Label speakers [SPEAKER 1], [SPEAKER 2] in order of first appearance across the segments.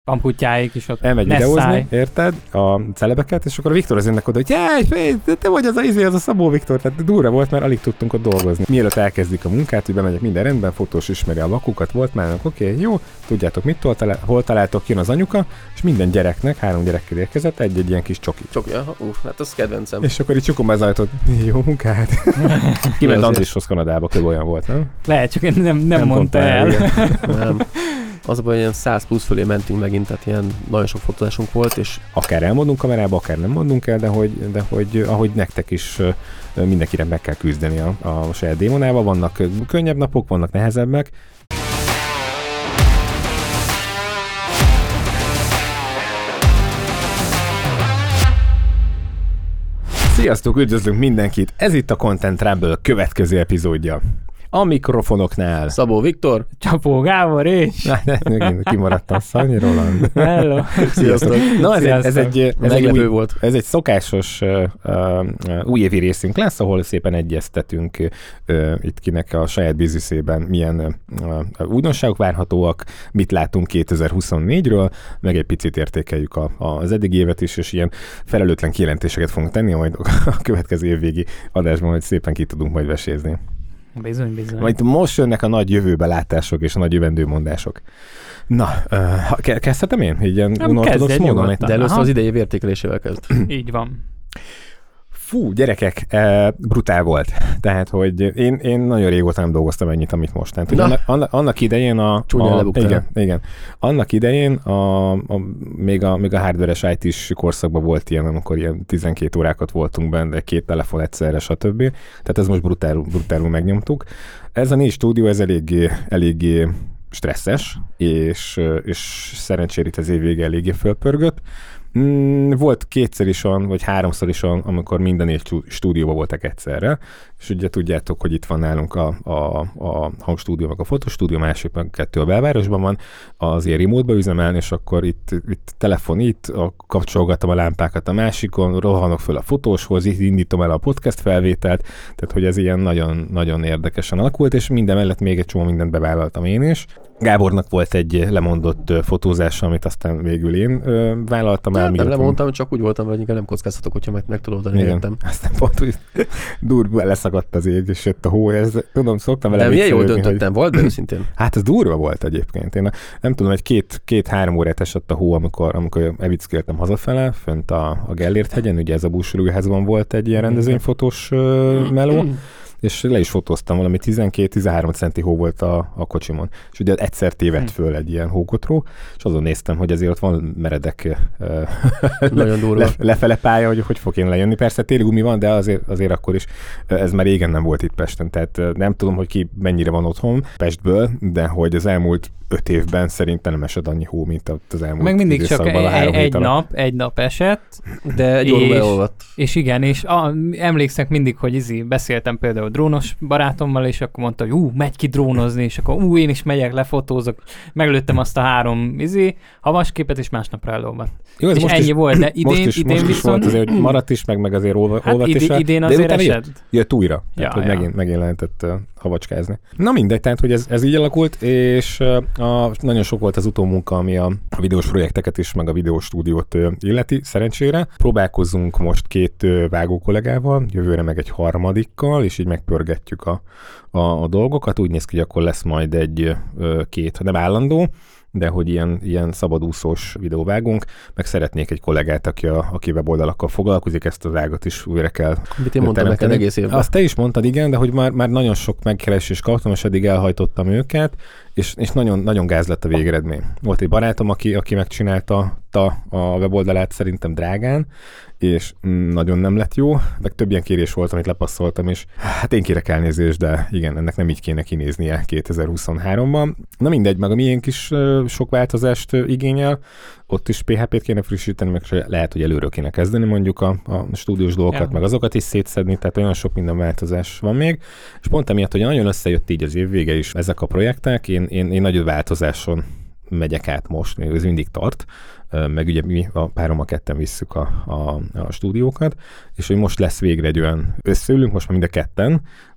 [SPEAKER 1] Pamputyáik is ott.
[SPEAKER 2] Elmegy videózni, érted? A celebeket, és akkor a Viktor az jönnek oda, hogy jaj, te vagy az a Szabó Viktor, tehát durva volt, mert alig tudtunk ott dolgozni. Mielőtt elkezdik a munkát, hogy bemegyek minden rendben, fotós ismeri a lakukat, volt már, oké, jó, tudjátok mit, hol találtok, jön az anyuka, és minden gyereknek, 3 gyerekkel érkezett, egy ilyen kis csoki.
[SPEAKER 3] Csokja, hát az kedvencem.
[SPEAKER 2] És akkor így csukom az ajtót, jó munkát. Kiment Andrishoz Kanadába, kb. Olyan volt, nem?
[SPEAKER 1] Lehet, csak nem mondta el.
[SPEAKER 3] Nem. Az a baj, ilyen 100 plusz fölé mentünk megint, tehát ilyen nagyon sok fotózásunk volt, és...
[SPEAKER 2] Akár elmondunk kamerába, akár nem mondunk el, de hogy ahogy nektek is mindenkire meg kell küzdeni a saját démonával. Vannak könnyebb napok, vannak nehezebbek. Sziasztok, üdvözlünk mindenkit! Ez itt a Content Trouble következő epizódja. A mikrofonoknál.
[SPEAKER 3] Szabó Viktor.
[SPEAKER 1] Csapó Gábor és...
[SPEAKER 2] Kimaradtam, Szanyi Roland.
[SPEAKER 1] Hello.
[SPEAKER 3] Sziasztok.
[SPEAKER 2] Na, ez egy szokásos újévi részünk lesz, ahol szépen egyeztetünk itt kinek a saját bizniszében milyen újdonságok várhatóak, mit látunk 2024-ről, meg egy picit értékeljük az eddigi évet is, és ilyen felelőtlen kijelentéseket fogunk tenni, majd a következő évvégi adásban, hogy szépen ki tudunk majd vesézni.
[SPEAKER 1] Bizony.
[SPEAKER 2] Majd most jönnek a nagy jövőbe látások és a nagy jövendőmondások. Na, kezdhetem én? Így ilyen unortodox módon?
[SPEAKER 3] De először az idei év értékelésével kezd.
[SPEAKER 1] Így van.
[SPEAKER 2] Fú, gyerekek, brutál volt. Tehát, hogy én nagyon régóta nem dolgoztam ennyit, amit most. Tehát, annak idején igen. Annak idején még a hardware-es IT-s korszakban volt ilyen, amikor ilyen 12 órákat voltunk benne, 2 telefon egyszerre, stb. Tehát ez most brutálul megnyomtuk. Ez a 4 stúdió, ez eléggé stresszes, és szerencsére itt az év vége eléggé fölpörgött. Volt 2-szer is olyan, vagy 3-szor is olyan, amikor minden 4 stúdióban voltak egyszerre, és ugye tudjátok, hogy itt van nálunk a hangstúdió, meg a fotostúdió, másik meg 2 a belvárosban van, az ilyen remote-ba üzemelni, és akkor itt telefon itt, kapcsolgatom a lámpákat a másikon, rohanok föl a fotóshoz, itt indítom el a podcast felvételt, tehát hogy ez ilyen nagyon, nagyon érdekesen alakult, és minden mellett még egy csomó mindent bevállaltam én is. Gábornak volt egy lemondott fotózása, amit aztán végül én vállaltam el.
[SPEAKER 3] Nem lemondtam, csak úgy voltam, hogy inkább nem kockáztatok, hogyha meg tudod adni, értem.
[SPEAKER 2] Aztán pont úgy durva leszakadt az ég, és jött a hó, tudom, szoktam vele.
[SPEAKER 3] De milyen jól döntöttem, volt, de őszintén.
[SPEAKER 2] Hát ez durva volt egyébként. Én nem tudom, hogy 2-3 órát esett a hó, amikor evickéltem hazafele, fönt a Gellért hegyen, ugye ez a búcsúrújházban volt egy ilyen rendezvényfotós meló, és le is fotóztam, valami 12-13 centi hó volt a kocsimon. És ugye egyszer tévedt föl egy ilyen hókotró, és azon néztem, hogy azért ott van meredek
[SPEAKER 3] nagyon durva
[SPEAKER 2] lefele pálya, hogy fog én lejönni. Persze télgumi van, de azért akkor is ez már régen nem volt itt Pesten. Tehát nem tudom, hogy ki mennyire van otthon Pestből, de hogy az elmúlt 5 évben szerintem nem esett annyi hó, mint az elmúlt
[SPEAKER 1] meg mindig csak egy nap esett,
[SPEAKER 3] de egy óra beolvadt.
[SPEAKER 1] És igen, és emlékszek mindig, hogy beszéltem például drónos barátommal, és akkor mondta, hogy megy ki drónozni, és akkor én is megyek, lefotózok, meglőttem azt a 3 havasképet, és másnapra elolvadt.
[SPEAKER 2] Jó,
[SPEAKER 1] és ennyi is, volt, de idén
[SPEAKER 2] viszont... volt azért, hogy maradt is, meg azért olvadt is.
[SPEAKER 1] Idén azért esett.
[SPEAKER 2] Jött újra, tehát hogy megint lehetett havacskázni. Na mindegy, tehát hogy ez így alakult, és nagyon sok volt az utómunka, ami a videós projekteket is, meg a videós stúdiót illeti, szerencsére. Próbálkozzunk most 2 vágó kollégával, jövőre meg egy harmadikkal, és így megpörgetjük a dolgokat. Úgy néz ki, hogy akkor lesz majd egy 2, nem állandó, de hogy ilyen szabadúszós videóvágunk, meg szeretnék egy kollégát, aki weboldalakkal foglalkozik, ezt az ágat is újra kell.
[SPEAKER 3] Mit én mondtam neked egész évben?
[SPEAKER 2] Azt te is mondtad, igen, de hogy már nagyon sok megkeresést kaptam, és eddig elhajtottam őket, és nagyon, nagyon gáz lett a végeredmény. Volt egy barátom, aki megcsinálta a weboldalát szerintem drágán, és nagyon nem lett jó, meg több ilyen kérés volt, amit lepasszoltam, és hát én kérek elnézést, de igen, ennek nem így kéne kinéznie 2023-ban. Na mindegy, meg a miénk is sok változást igényel, ott is PHP-t kéne frissíteni, meg lehet, hogy előről kéne kezdeni mondjuk a stúdiós dolgokat, meg azokat is szétszedni, tehát olyan sok minden változás van még, és pont emiatt, hogy nagyon összejött így az év vége is ezek a projektek, én nagy változáson megyek át most, még ez mindig tart, meg ugye mi a párommal ketten visszük a stúdiókat, és hogy most lesz végre egy olyan összeülünk, most már mind a ketten,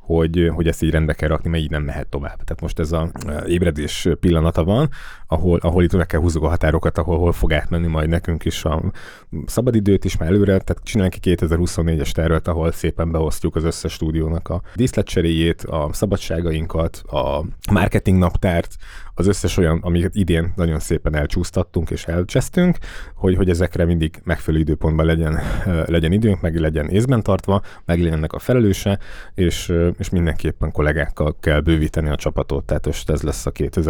[SPEAKER 2] hogy ezt így rendbe kell rakni, mert így nem mehet tovább. Tehát most ez a ébredés pillanata van, ahol itt meg kell húzzuk a határokat, hol fog átmenni majd nekünk is a szabadidőt is már előre, tehát csinálunk ki 2024-es tervet, ahol szépen beosztjuk az összes stúdiónak a díszletcseréjét, a szabadságainkat, a marketing naptárt, az összes olyan, amiket idén nagyon szépen elcsúsztattunk és elcsesztünk, hogy ezekre mindig megfelelő időpontban legyen időnk, meg legyen észben tartva, meg legyen ennek a felelőse, és mindenképpen kollégákkal kell bővíteni a csapatot, tehát ez lesz a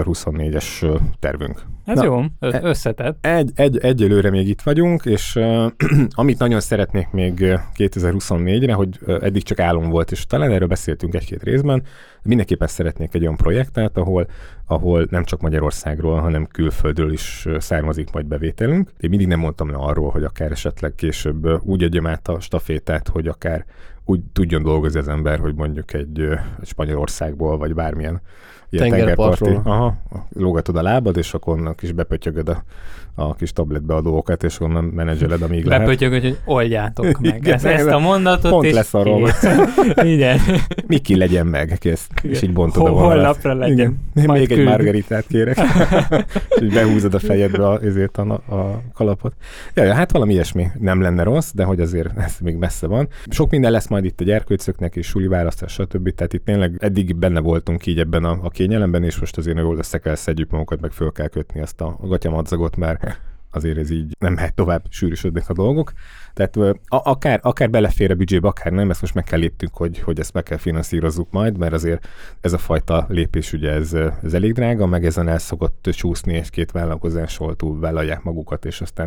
[SPEAKER 2] 2024-es tervünk.
[SPEAKER 1] Ez jó, összetett.
[SPEAKER 2] Egyelőre még itt vagyunk, és amit nagyon szeretnék még 2024-re, hogy eddig csak álom volt, és talán erről beszéltünk egy-két részben, mindenképpen szeretnék egy olyan projektet, ahol nem csak Magyarországról, hanem külföldről is származik majd bevételünk. Én mindig nem mondtam le arról, hogy akár esetleg később úgy adjam át a stafétát, hogy akár úgy tudjon dolgozni az ember, hogy mondjuk egy Spanyolországból, vagy bármilyen ilyen tengerparti. Lógatod a lábad, és akkor onnan is bepötyögöd a kis tabletbe a dolgokat, és onnan menedzseled, amíg lehet.
[SPEAKER 1] Bepötyögöd, hogy oldjátok meg. Igen, ezt a mondatot,
[SPEAKER 2] pont
[SPEAKER 1] és
[SPEAKER 2] lesz arról.
[SPEAKER 1] Igen.
[SPEAKER 2] Miki legyen meg, kész. És így bontod a vonalat.
[SPEAKER 1] Holnapra legyen.
[SPEAKER 2] Még egy margaritát kérek. És így behúzod a fejedbe ezért a kalapot. Ja, hát valami ilyesmi nem lenne rossz, de hogy azért ez még messze van. Sok minden lesz majd itt a gyerkőcöknek és suli választás, stb. Tehát itt tényleg eddig benne voltunk így ebben a kényelemben, és most azért jól össze kell szedjük magunkat, meg föl kell kötni ezt a gatyamadzagot, mert azért ez így nem mehet tovább, sűrűsödnek a dolgok. Tehát akár belefér a büdzsébe, akár nem, ezt most meg kell léptünk, hogy ezt meg kell finanszírozzuk majd, mert azért ez a fajta lépés ugye ez elég drága, meg ezen el szokott csúszni, és két vállalkozásról túl vállalják magukat, és aztán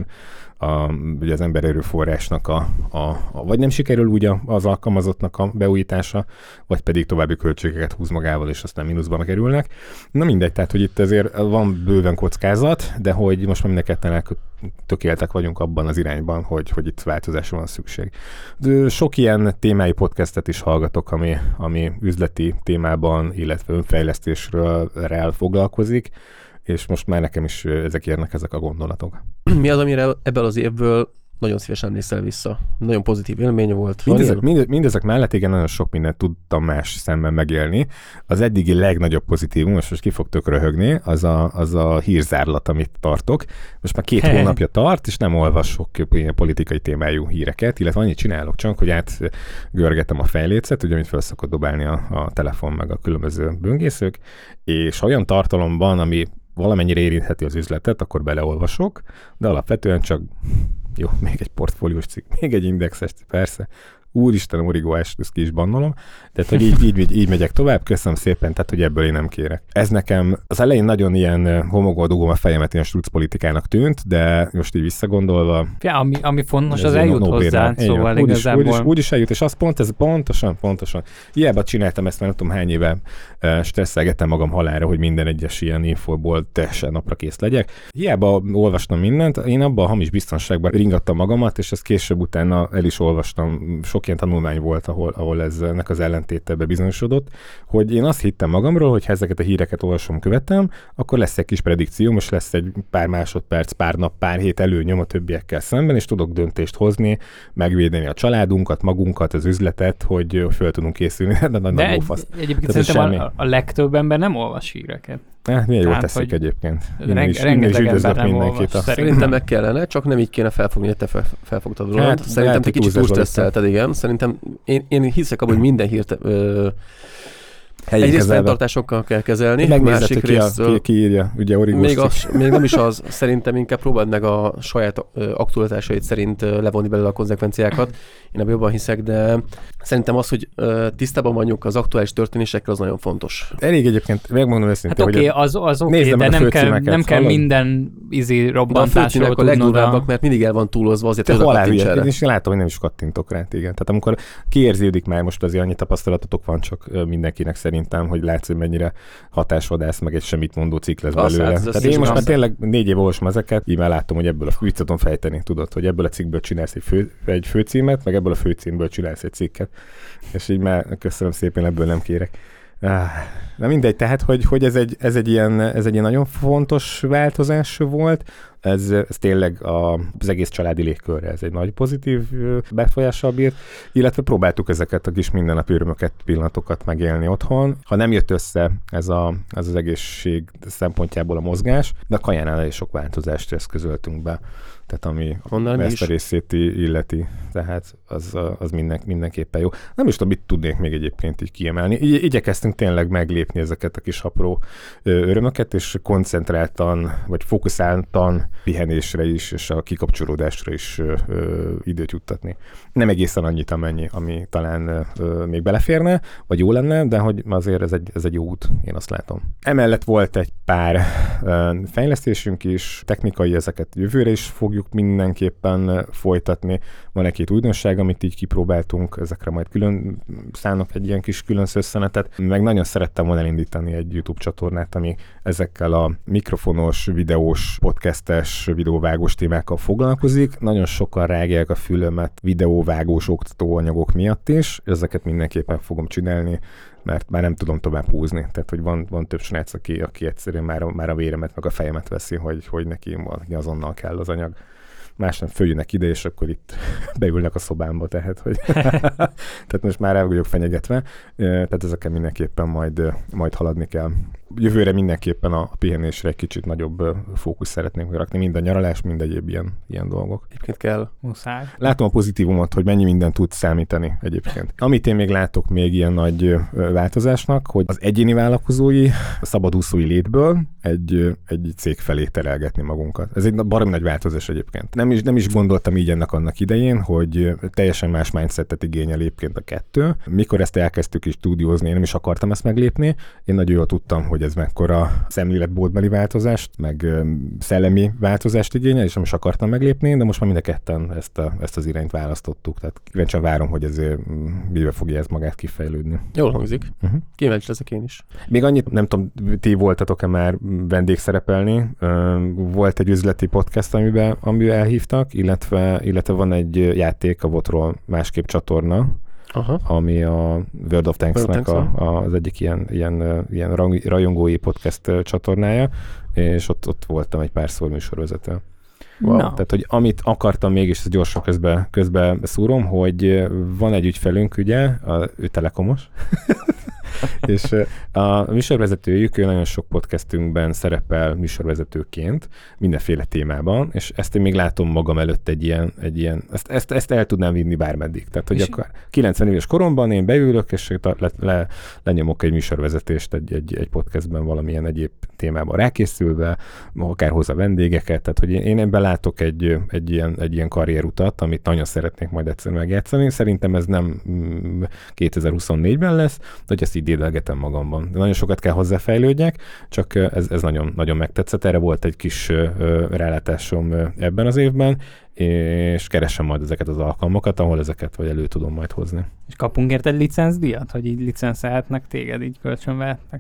[SPEAKER 2] ugye az embererőforrásnak vagy nem sikerül úgy az alkalmazottnak a beújítása, vagy pedig további költségeket húz magával, és aztán mínuszba kerülnek. Na mindegy, tehát hogy itt azért van bőven kockázat, de hogy most már mindenketten tökéltek vagyunk abban az irányban, hogy itt változásra van szükség. De sok ilyen témái podcastet is hallgatok, ami üzleti témában, illetve önfejlesztésről foglalkozik, és most már nekem is ezek a gondolatok.
[SPEAKER 3] Mi az, amire ebből az évből nagyon szívesen emlékszel vissza? Nagyon pozitív élmény volt.
[SPEAKER 2] Mindezek mellett igen, nagyon sok mindent tudtam más szemben megélni. Az eddigi legnagyobb pozitívum, most ki fog tök röhögni, az a hírzárlat, amit tartok. Most már 2 hónapja tart, és nem olvasok ilyen politikai témájú híreket, illetve annyit csinálok csak, hogy átgörgetem a fejlécet, ugye, amit fel szokott dobálni a telefon meg a különböző böngészők, és olyan tartalomban, ami valamennyire érintheti az üzletet, akkor beleolvasok, de alapvetően csak jó, még egy portfóliós cikk, még egy indexes, persze. Úristen, origóás, ezt ki is bannolom. Tehát, hogy így megyek tovább, köszönöm szépen, tehát, hogy ebből én nem kérek. Ez nekem az elején nagyon ilyen homokba dugom a fejemet, ilyen struc politikának tűnt, de most így visszagondolva...
[SPEAKER 1] Ja, ami fontos, az eljut hozzá, szóval igazából...
[SPEAKER 2] Úgyis eljut, és az pontosan. Hiába csináltam ezt, mert nem tudom hány éve stresszelgettem magam halálra, hogy minden egyes ilyen infóból teljesen napra kész legyek. Hiába olvastam mindent, én abban a hamis biztonságban ringattam magamat, és ezt később utána el is olvastam. Sok ilyen tanulmány volt, ahol ennek az ellentéte bebizonyosodott, hogy én azt hittem magamról, hogy ha ezeket a híreket olvasom, követem, akkor lesz egy kis predikció, most lesz egy pár másodperc, pár nap, pár hét előnyom a többiekkel szemben, és tudok döntést hozni, megvédeni a családunkat, magunkat, az üzletet, hogy föl tudunk készülni.
[SPEAKER 1] De egyébként szerintem a legtöbb ember nem olvas híreket.
[SPEAKER 2] Milyen jól teszik egyébként.
[SPEAKER 1] Rengeteg ember nem olvas.
[SPEAKER 3] Szerintem meg kellene, csak nem így kéne felfogni, hogy te felfogtad Roland. Szerintem te kicsit túl stresszelted, igen. Szerintem én hiszek abban, hogy minden hírt egyrészt fenntartásokkal kell kezelni, másik részről...
[SPEAKER 2] Ki írja, ugye origós.
[SPEAKER 3] Még nem is az, szerintem inkább próbáld meg a saját aktualitásait szerint levonni belőle a konzekvenciákat. Én ebben jobban hiszek, de szerintem az, hogy tisztában vagyunk az aktuális történésekkel, az nagyon fontos.
[SPEAKER 2] Elég egyébként, megmondom őszintén,
[SPEAKER 1] hát oké, az oké, de nem kell minden robbantásról
[SPEAKER 3] a legdurvábbak, mert mindig el van túlozva, azért
[SPEAKER 2] hogy kattints. És látom, hogy nem is kattintok rá, igen. Tehát amikor kiérződik már, most azért annyi tapasztalatotok van, csak mindenkinek szerintem, hogy látsz, hogy mennyire hatásvadász, meg egy semmit mondó cikk lesz belőle. Tehát én most már tényleg 4 év olvasom ezeket, így már látom, hogy ebből a viccaton fejteni, tudod, hogy ebből a cikkből csinálsz egy főcímet, meg ebből a főcímből csinálsz egy cikket. És így már köszönöm szépen, ebből nem kérek. Na mindegy, tehát, hogy ez egy ilyen nagyon fontos változás volt. ez tényleg az egész családi légkörre ez egy nagy pozitív befolyással bírt, illetve próbáltuk ezeket a kis mindennapi örömöket, pillanatokat megélni otthon. Ha nem jött össze ez az egészség szempontjából a mozgás, de a kajánál is sok változást eszközöltünk be. Tehát ami ezt a részét illeti, tehát az mindenképpen jó. Nem is tudom, mit tudnék még egyébként így kiemelni. Igyekeztünk tényleg meglépni ezeket a kis apró örömöket, és koncentráltan, vagy fókuszáltan pihenésre is, és a kikapcsolódásra is időt juttatni. Nem egészen annyit, ami talán még beleférne, vagy jó lenne, de hogy azért ez egy jó út, én azt látom. Emellett volt egy pár fejlesztésünk is, technikai, ezeket jövőre is fogjuk mindenképpen folytatni. Van egy-két újdonság, amit így kipróbáltunk, ezekre majd külön szánok egy ilyen kis külön szösszenetet. Meg nagyon szerettem volna elindítani egy YouTube csatornát, ami ezekkel a mikrofonos, videós, podcastes, videóvágós témákkal foglalkozik. Nagyon sokan rágják a fülömet videóvágós oktatóanyagok miatt is. Ezeket mindenképpen fogom csinálni, mert már nem tudom tovább húzni. Tehát, hogy van több srác, aki egyszerűen már a véremet, meg a fejemet veszi, hogy neki azonnal kell az anyag. Másnap följönnek ide, és akkor itt beülnek a szobámba, tehát most már el vagyok fenyegetve, tehát ezekkel mindenképpen majd haladni kell. Jövőre mindenképpen a pihenésre egy kicsit nagyobb fókusz szeretnénk rakni, mind a nyaralás, mind egyéb ilyen dolgok.
[SPEAKER 3] Egyébként kell.
[SPEAKER 1] Muszáj.
[SPEAKER 2] Látom a pozitívumot, hogy mennyi minden tud számítani egyébként. Amit én még látok még ilyen nagy változásnak, hogy az egyéni vállalkozói, a szabadúszói létből egy cég felé terelgetni magunkat. Ez egy baromi nagy változás egyébként. Nem is gondoltam így annak idején, hogy teljesen más mindsetet igényel egyébként a kettő. Mikor ezt elkezdtük is stúdiózni, én nem is akartam ezt meglépni. Én nagyon jól tudtam, hogy ez mekkora szemléletbódbeli változást, meg szellemi változást igényel, és nem is akartam meglépni, de most már mind a ketten ezt az irányt választottuk. Tehát kíváncsian várom, hogy ezért mivel fogja ez magát kifejlődni.
[SPEAKER 3] Jól hangzik. Kíváncsi leszek én is.
[SPEAKER 2] Még annyit, nem tudom, ti voltatok-e már vendégszerepelni. Volt egy üzleti podcast, amiben elhívtak, illetve van egy játék, a Votról másképp csatorna, ami a World of Tanks-nek az egyik ilyen rajongói podcast csatornája, és ott voltam egy párszor műsorvezető. Wow. No. Tehát, hogy amit akartam mégis, ezt gyorsan közbe szúrom, hogy van egy ügyfelünk, ugye, ő telekomos, és a műsorvezetőjük, ő nagyon sok podcastünkben szerepel műsorvezetőként, mindenféle témában, és ezt én még látom magam előtt egy ilyen ezt el tudnám vinni bármeddig. Tehát, hogy akkor 90 éves koromban én beülök, és lenyomok egy műsorvezetést egy podcastben valamilyen egyéb témában rákészülve, akár hozzá vendégeket, tehát, hogy én ebben látok egy ilyen karrierutat, amit nagyon szeretnék majd egyszer megjátszani. Szerintem ez nem 2024-ben lesz, de hogy ezt így dédelgetem magamban. De nagyon sokat kell hozzáfejlődjek, csak ez nagyon, nagyon megtetszett. Erre volt egy kis rálátásom ebben az évben, és keresem majd ezeket az alkalmakat, ahol ezeket vagy elő tudom majd hozni.
[SPEAKER 1] És kapunk érte egy licencdíjat, hogy így licencelhetnek téged, így kölcsönvehetnek?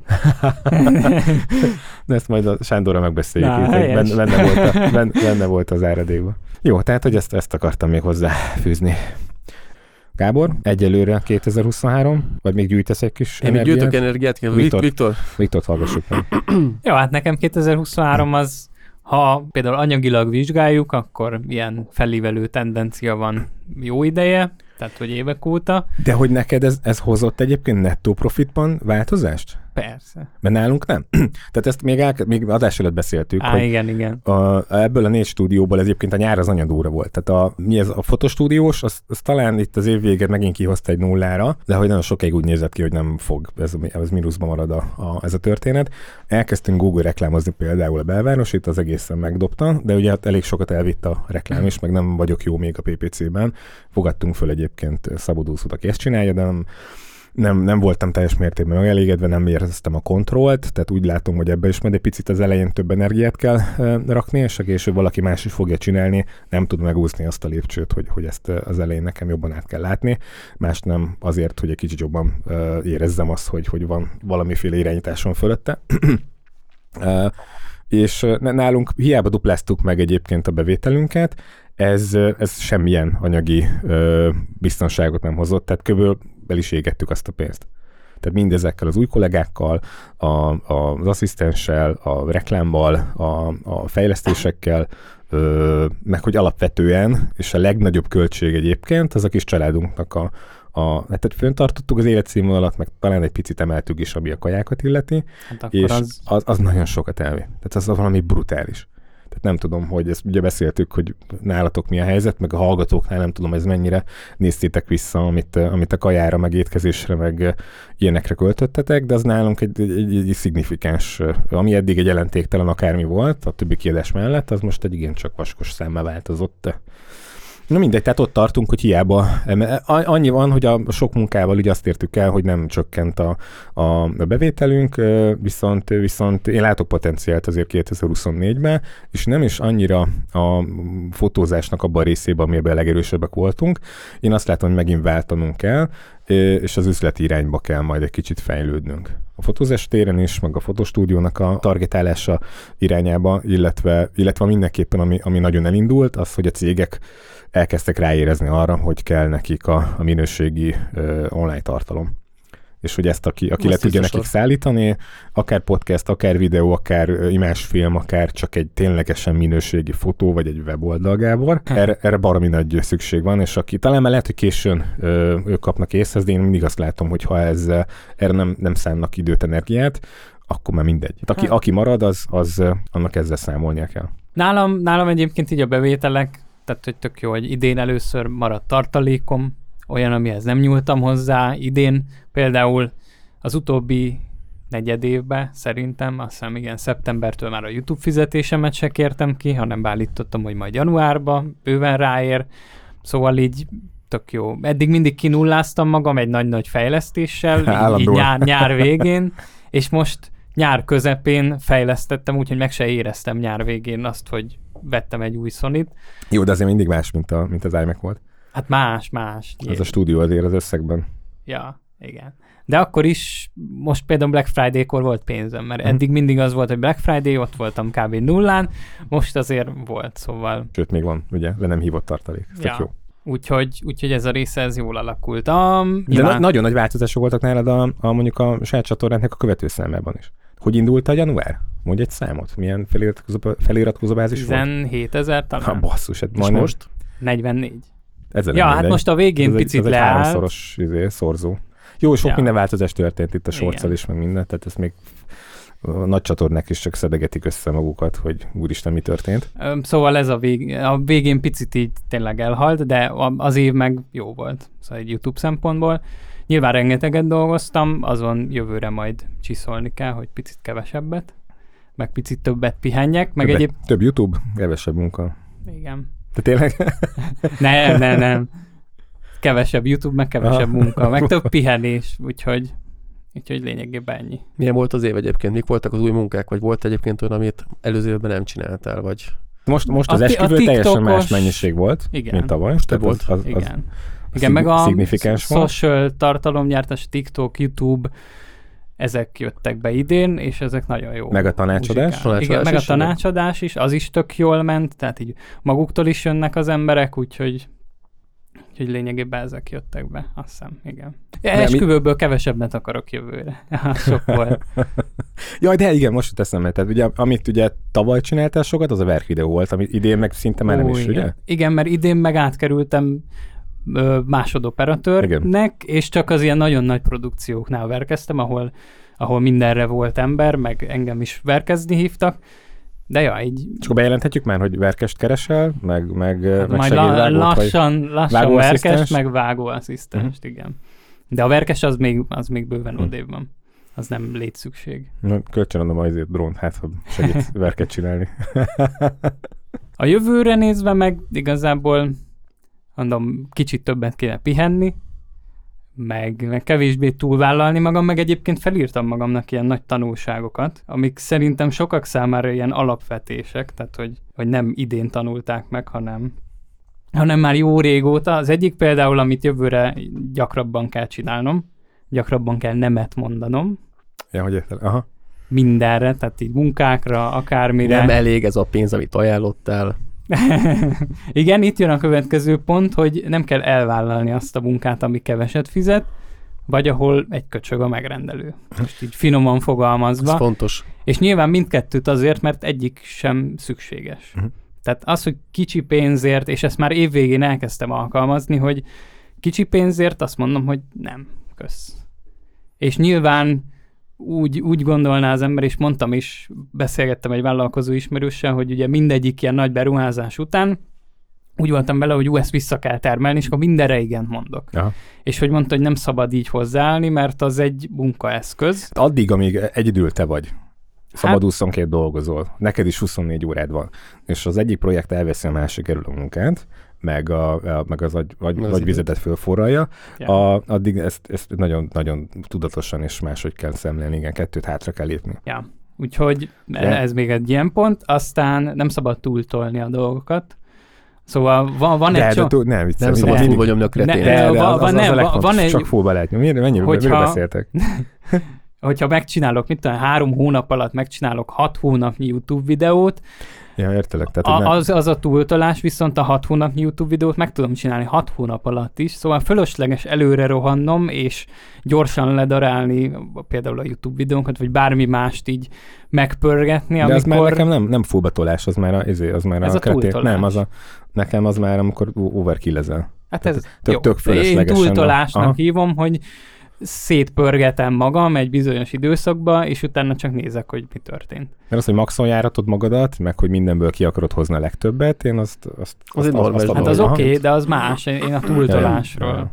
[SPEAKER 2] De ezt majd a Sándorral megbeszéljük. Benne volt az áradékban. Jó, tehát, hogy ezt akartam még hozzáfűzni. Gábor, egyelőre 2023, vagy még gyűjtesz egy kis energiát?
[SPEAKER 3] Én még gyűjtök energiát,
[SPEAKER 2] Viktort hallgassuk meg.
[SPEAKER 1] Jó, hát nekem 2023 az, ha például anyagilag vizsgáljuk, akkor ilyen felívelő tendencia van jó ideje, tehát hogy évek óta.
[SPEAKER 2] De hogy neked ez hozott egyébként nettó profitban változást?
[SPEAKER 1] Persze.
[SPEAKER 2] Mert nálunk nem. Tehát ezt még adás előtt beszéltük, hogy
[SPEAKER 1] igen.
[SPEAKER 2] Ebből a 4 stúdióból ez egyébként a nyár az nagyon durva volt. Tehát a fotostúdiós, az talán itt az év végén megint kihozta egy nullára, de hogy nagyon sokáig úgy nézett ki, hogy nem fog, ez mínuszban marad ez a történet. Elkezdtünk Google reklámozni például a belvárosit, az egészen megdobta, de ugye elég sokat elvitt a reklám is, meg nem vagyok jó még a PPC-ben. Fogadtunk föl egyébként szabadúszót, aki ezt csinálja, de nem voltam teljes mértékben megelégedve, nem éreztem a kontrollt, tehát úgy látom, hogy ebbe is majd egy picit az elején több energiát kell rakni, és a később valaki más is fogja csinálni, nem tud megúszni azt a lépcsőt, hogy ezt az elején nekem jobban át kell látni, más nem azért, hogy egy kicsit jobban érezzem azt, hogy van valamiféle irányításon fölötte. És nálunk hiába dupláztuk meg egyébként a bevételünket, ez semmilyen anyagi biztonságot nem hozott, tehát kb. El is égettük azt a pénzt. Tehát mindezekkel az új kollégákkal, az asszisztenssel, a reklámmal, a fejlesztésekkel meg hogy alapvetően, és a legnagyobb költség egyébként, az a kis családunknak tehát föntartottuk az életszínvonalat, meg talán egy picit emeltük is, ami a kajákat illeti,
[SPEAKER 1] Hát
[SPEAKER 2] és az nagyon sokat elvi. Tehát az valami brutális. Tehát nem tudom, hogy ezt ugye beszéltük, hogy nálatok mi a helyzet, meg a hallgatóknál nem tudom, ez mennyire néztétek vissza, amit a kajára, meg étkezésre, meg ilyenekre költöttetek, de az nálunk egy szignifikáns, ami eddig egy jelentéktelen akármi volt, a többi kiadás mellett, az most egy igencsak vaskos számmá változott. Na mindegy, tehát ott tartunk, hogy hiába annyi van, hogy a sok munkával ugye azt értük el, hogy nem csökkent a bevételünk, viszont én látok potenciált azért 2024-ben, és nem is annyira a fotózásnak abban a részében, amiben legerősebbek voltunk. Én azt látom, hogy megint váltanunk kell, és az üzleti irányba kell majd egy kicsit fejlődnünk. A fotózás téren is, meg a fotostúdiónak a targetálása irányába, illetve mindenképpen, ami nagyon elindult, az, hogy a cégek elkezdtek ráérezni arra, hogy kell nekik a minőségi online tartalom. És hogy ezt aki le tudja nekik szállítani, akár podcast, akár videó, akár imásfilm, akár csak egy ténylegesen minőségi fotó, vagy egy weboldal, Gábor. Erre baromi nagy szükség van, és aki talán már lehet, hogy későn ők kapnak észre, de én mindig azt látom, hogy ha erre nem szánnak időt, energiát, akkor már mindegy. Aki marad, az annak ezzel számolnia kell.
[SPEAKER 1] Nálam egyébként így a bevételek, tehát hogy tök jó, hogy idén először maradt tartalékom, olyan, amihez nem nyúltam hozzá. Idén például az utóbbi negyed évben szerintem, azt hiszem igen, szeptembertől már a YouTube fizetésemet se kértem ki, hanem beállítottam, hogy majd januárban bőven ráér. Szóval így tök jó. Eddig mindig kinulláztam magam egy nagy-nagy fejlesztéssel, így nyár végén, és most nyár közepén fejlesztettem, úgyhogy meg se éreztem nyár végén azt, hogy vettem egy új Sony-t.
[SPEAKER 2] Jó, de azért mindig más, mint az iMac volt.
[SPEAKER 1] Hát más.
[SPEAKER 2] Az a stúdió azért az összegben.
[SPEAKER 1] Ja, igen. De akkor is, most például Black Friday-kor volt pénzem, mert eddig mindig az volt, hogy Black Friday, ott voltam kb. Nullán, most azért volt, szóval...
[SPEAKER 2] Sőt, még van, ugye, de nem hívott tartalék. Ez jó.
[SPEAKER 1] Úgyhogy ez a része, ez jól alakult.
[SPEAKER 2] De nagyon nagy változások voltak nálad mondjuk a saját csatornának a követőszámában is. Hogy indult a január? Mondj egy számot. Milyen feliratkozó bázis volt?
[SPEAKER 1] 17 000 talán.
[SPEAKER 2] Ha basszus, hát majdnem.
[SPEAKER 3] Most?
[SPEAKER 1] 44. Hát most a végén picit leállt.
[SPEAKER 2] Ez egy háromszoros szorzó. Jó, sok minden változás történt itt a shortszal is, meg minden, tehát ezt még a nagy csatornák is csak szedegetik össze magukat, hogy úristen, mi történt.
[SPEAKER 1] Szóval ez a végén picit így tényleg elhalt, de az év meg jó volt, szóval egy YouTube szempontból. Nyilván rengeteget dolgoztam, azon jövőre majd csiszolni kell, hogy picit kevesebbet, meg picit többet pihenjek.
[SPEAKER 2] Több YouTube, kevesebb munka.
[SPEAKER 1] Igen.
[SPEAKER 2] Te tényleg?
[SPEAKER 1] Nem. Kevesebb YouTube, meg kevesebb munka, meg több pihenés, úgyhogy lényegében ennyi.
[SPEAKER 3] Milyen volt az év egyébként? Mik voltak az új munkák? Vagy volt egyébként olyan, amit előző évben nem csináltál? Vagy...
[SPEAKER 2] Most az esküvő teljesen más mennyiség volt, mint tavaly.
[SPEAKER 1] Több volt. Igen, meg a social tartalomgyártás, TikTok, YouTube, ezek jöttek be idén, és ezek nagyon jó.
[SPEAKER 2] Meg a tanácsadás?
[SPEAKER 1] Igen, meg a tanácsadás is, az is tök jól ment, tehát így maguktól is jönnek az emberek, úgyhogy lényegében ezek jöttek be, azt hiszem, igen. Esküvőből kevesebbet akarok jövőre. Sok volt.
[SPEAKER 2] Jaj, de igen, most teszem, tehát ugye, amit ugye tavaly csináltál sokat, az a Verk videó volt, amit idén meg szinte már nem is,
[SPEAKER 1] igen.
[SPEAKER 2] ugye?
[SPEAKER 1] Igen, mert idén meg átkerültem másodoperatőrnek, és csak az ilyen nagyon nagy produkcióknál verkeztem, ahol mindenre volt ember, meg engem is verkezni hívtak. De ja, így...
[SPEAKER 2] És akkor bejelenthetjük már, hogy verkest keresel, meg
[SPEAKER 1] majd lassan verkest, meg vágóasszisztenst, igen. De a verkes az még bőven odébb van. Az nem létszükség.
[SPEAKER 2] Kölcsönadom azért drónt, hát ha segít verket csinálni.
[SPEAKER 1] A jövőre nézve meg igazából mondom, kicsit többet kéne pihenni, meg kevésbé túlvállalni magam, meg egyébként felírtam magamnak ilyen nagy tanulságokat, amik szerintem sokak számára ilyen alapvetések, tehát hogy nem idén tanulták meg, hanem már jó régóta. Az egyik például, amit jövőre gyakrabban kell csinálnom, gyakrabban kell nemet mondanom.
[SPEAKER 2] Ja, hogy érted? Aha.
[SPEAKER 1] Mindenre, tehát így munkákra, akármire.
[SPEAKER 3] Nem elég ez a pénz, amit ajánlottál.
[SPEAKER 1] Igen, itt jön a következő pont, hogy nem kell elvállalni azt a munkát, ami keveset fizet, vagy ahol egy köcsög a megrendelő. Most így finoman fogalmazva.
[SPEAKER 3] Ez fontos.
[SPEAKER 1] És nyilván mindkettőt azért, mert egyik sem szükséges. Tehát az, hogy kicsi pénzért, és ezt már évvégén elkezdtem alkalmazni, hogy kicsi pénzért azt mondom, hogy nem, kösz. És nyilván úgy gondolná az ember, és mondtam is, beszélgettem egy vállalkozó ismerőssel, hogy ugye mindegyik ilyen nagy beruházás után úgy voltam vele, hogy ezt vissza kell termelni, és akkor mindenre igent mondok.
[SPEAKER 2] Aha.
[SPEAKER 1] És hogy mondta, hogy nem szabad így hozzáállni, mert az egy munkaeszköz.
[SPEAKER 2] Addig, amíg egyedül te vagy, szabad 22 dolgozol, neked is 24 órád van, és az egyik projekt elveszi a másik elől a munkát, meg az agyvizetet fölforralja, addig ezt nagyon tudatosan és máshogy kell szemlélni, igen, kettőt hátra kell lépni.
[SPEAKER 1] Ja, úgyhogy ez még egy ilyen pont, aztán nem szabad túltolni a dolgokat. Szóval van egy csomó...
[SPEAKER 2] Nem
[SPEAKER 3] szabad fullba nyomni a kretén.
[SPEAKER 2] Van egy... Csak fullba lehet nyomni. Mennyire beszéltek?
[SPEAKER 1] Hogyha megcsinálok, 3 hónap alatt megcsinálok 6 hónapnyi YouTube videót,
[SPEAKER 2] ja, értelek. Tehát,
[SPEAKER 1] az a túltolás, viszont a 6 hónapnyi YouTube videót meg tudom csinálni 6 hónap alatt is, szóval fölösleges előre rohannom, és gyorsan ledarálni például a YouTube videónkat, vagy bármi mást így megpörgetni.
[SPEAKER 2] De
[SPEAKER 1] amikor...
[SPEAKER 2] az már nekem nem fullbatolás, az már a kretén. Nem, nekem az már, amikor overkill-ezel.
[SPEAKER 1] Hát ez
[SPEAKER 2] tök fölöslegesen.
[SPEAKER 1] Én túltolásnak hívom, hogy szétpörgetem magam egy bizonyos időszakba, és utána csak nézek, hogy mi történt.
[SPEAKER 2] Mert az, hogy maxon járatod magadat, meg hogy mindenből ki akarod hozni a legtöbbet, én azt
[SPEAKER 1] hát az oké, de az más, én a túltolásról.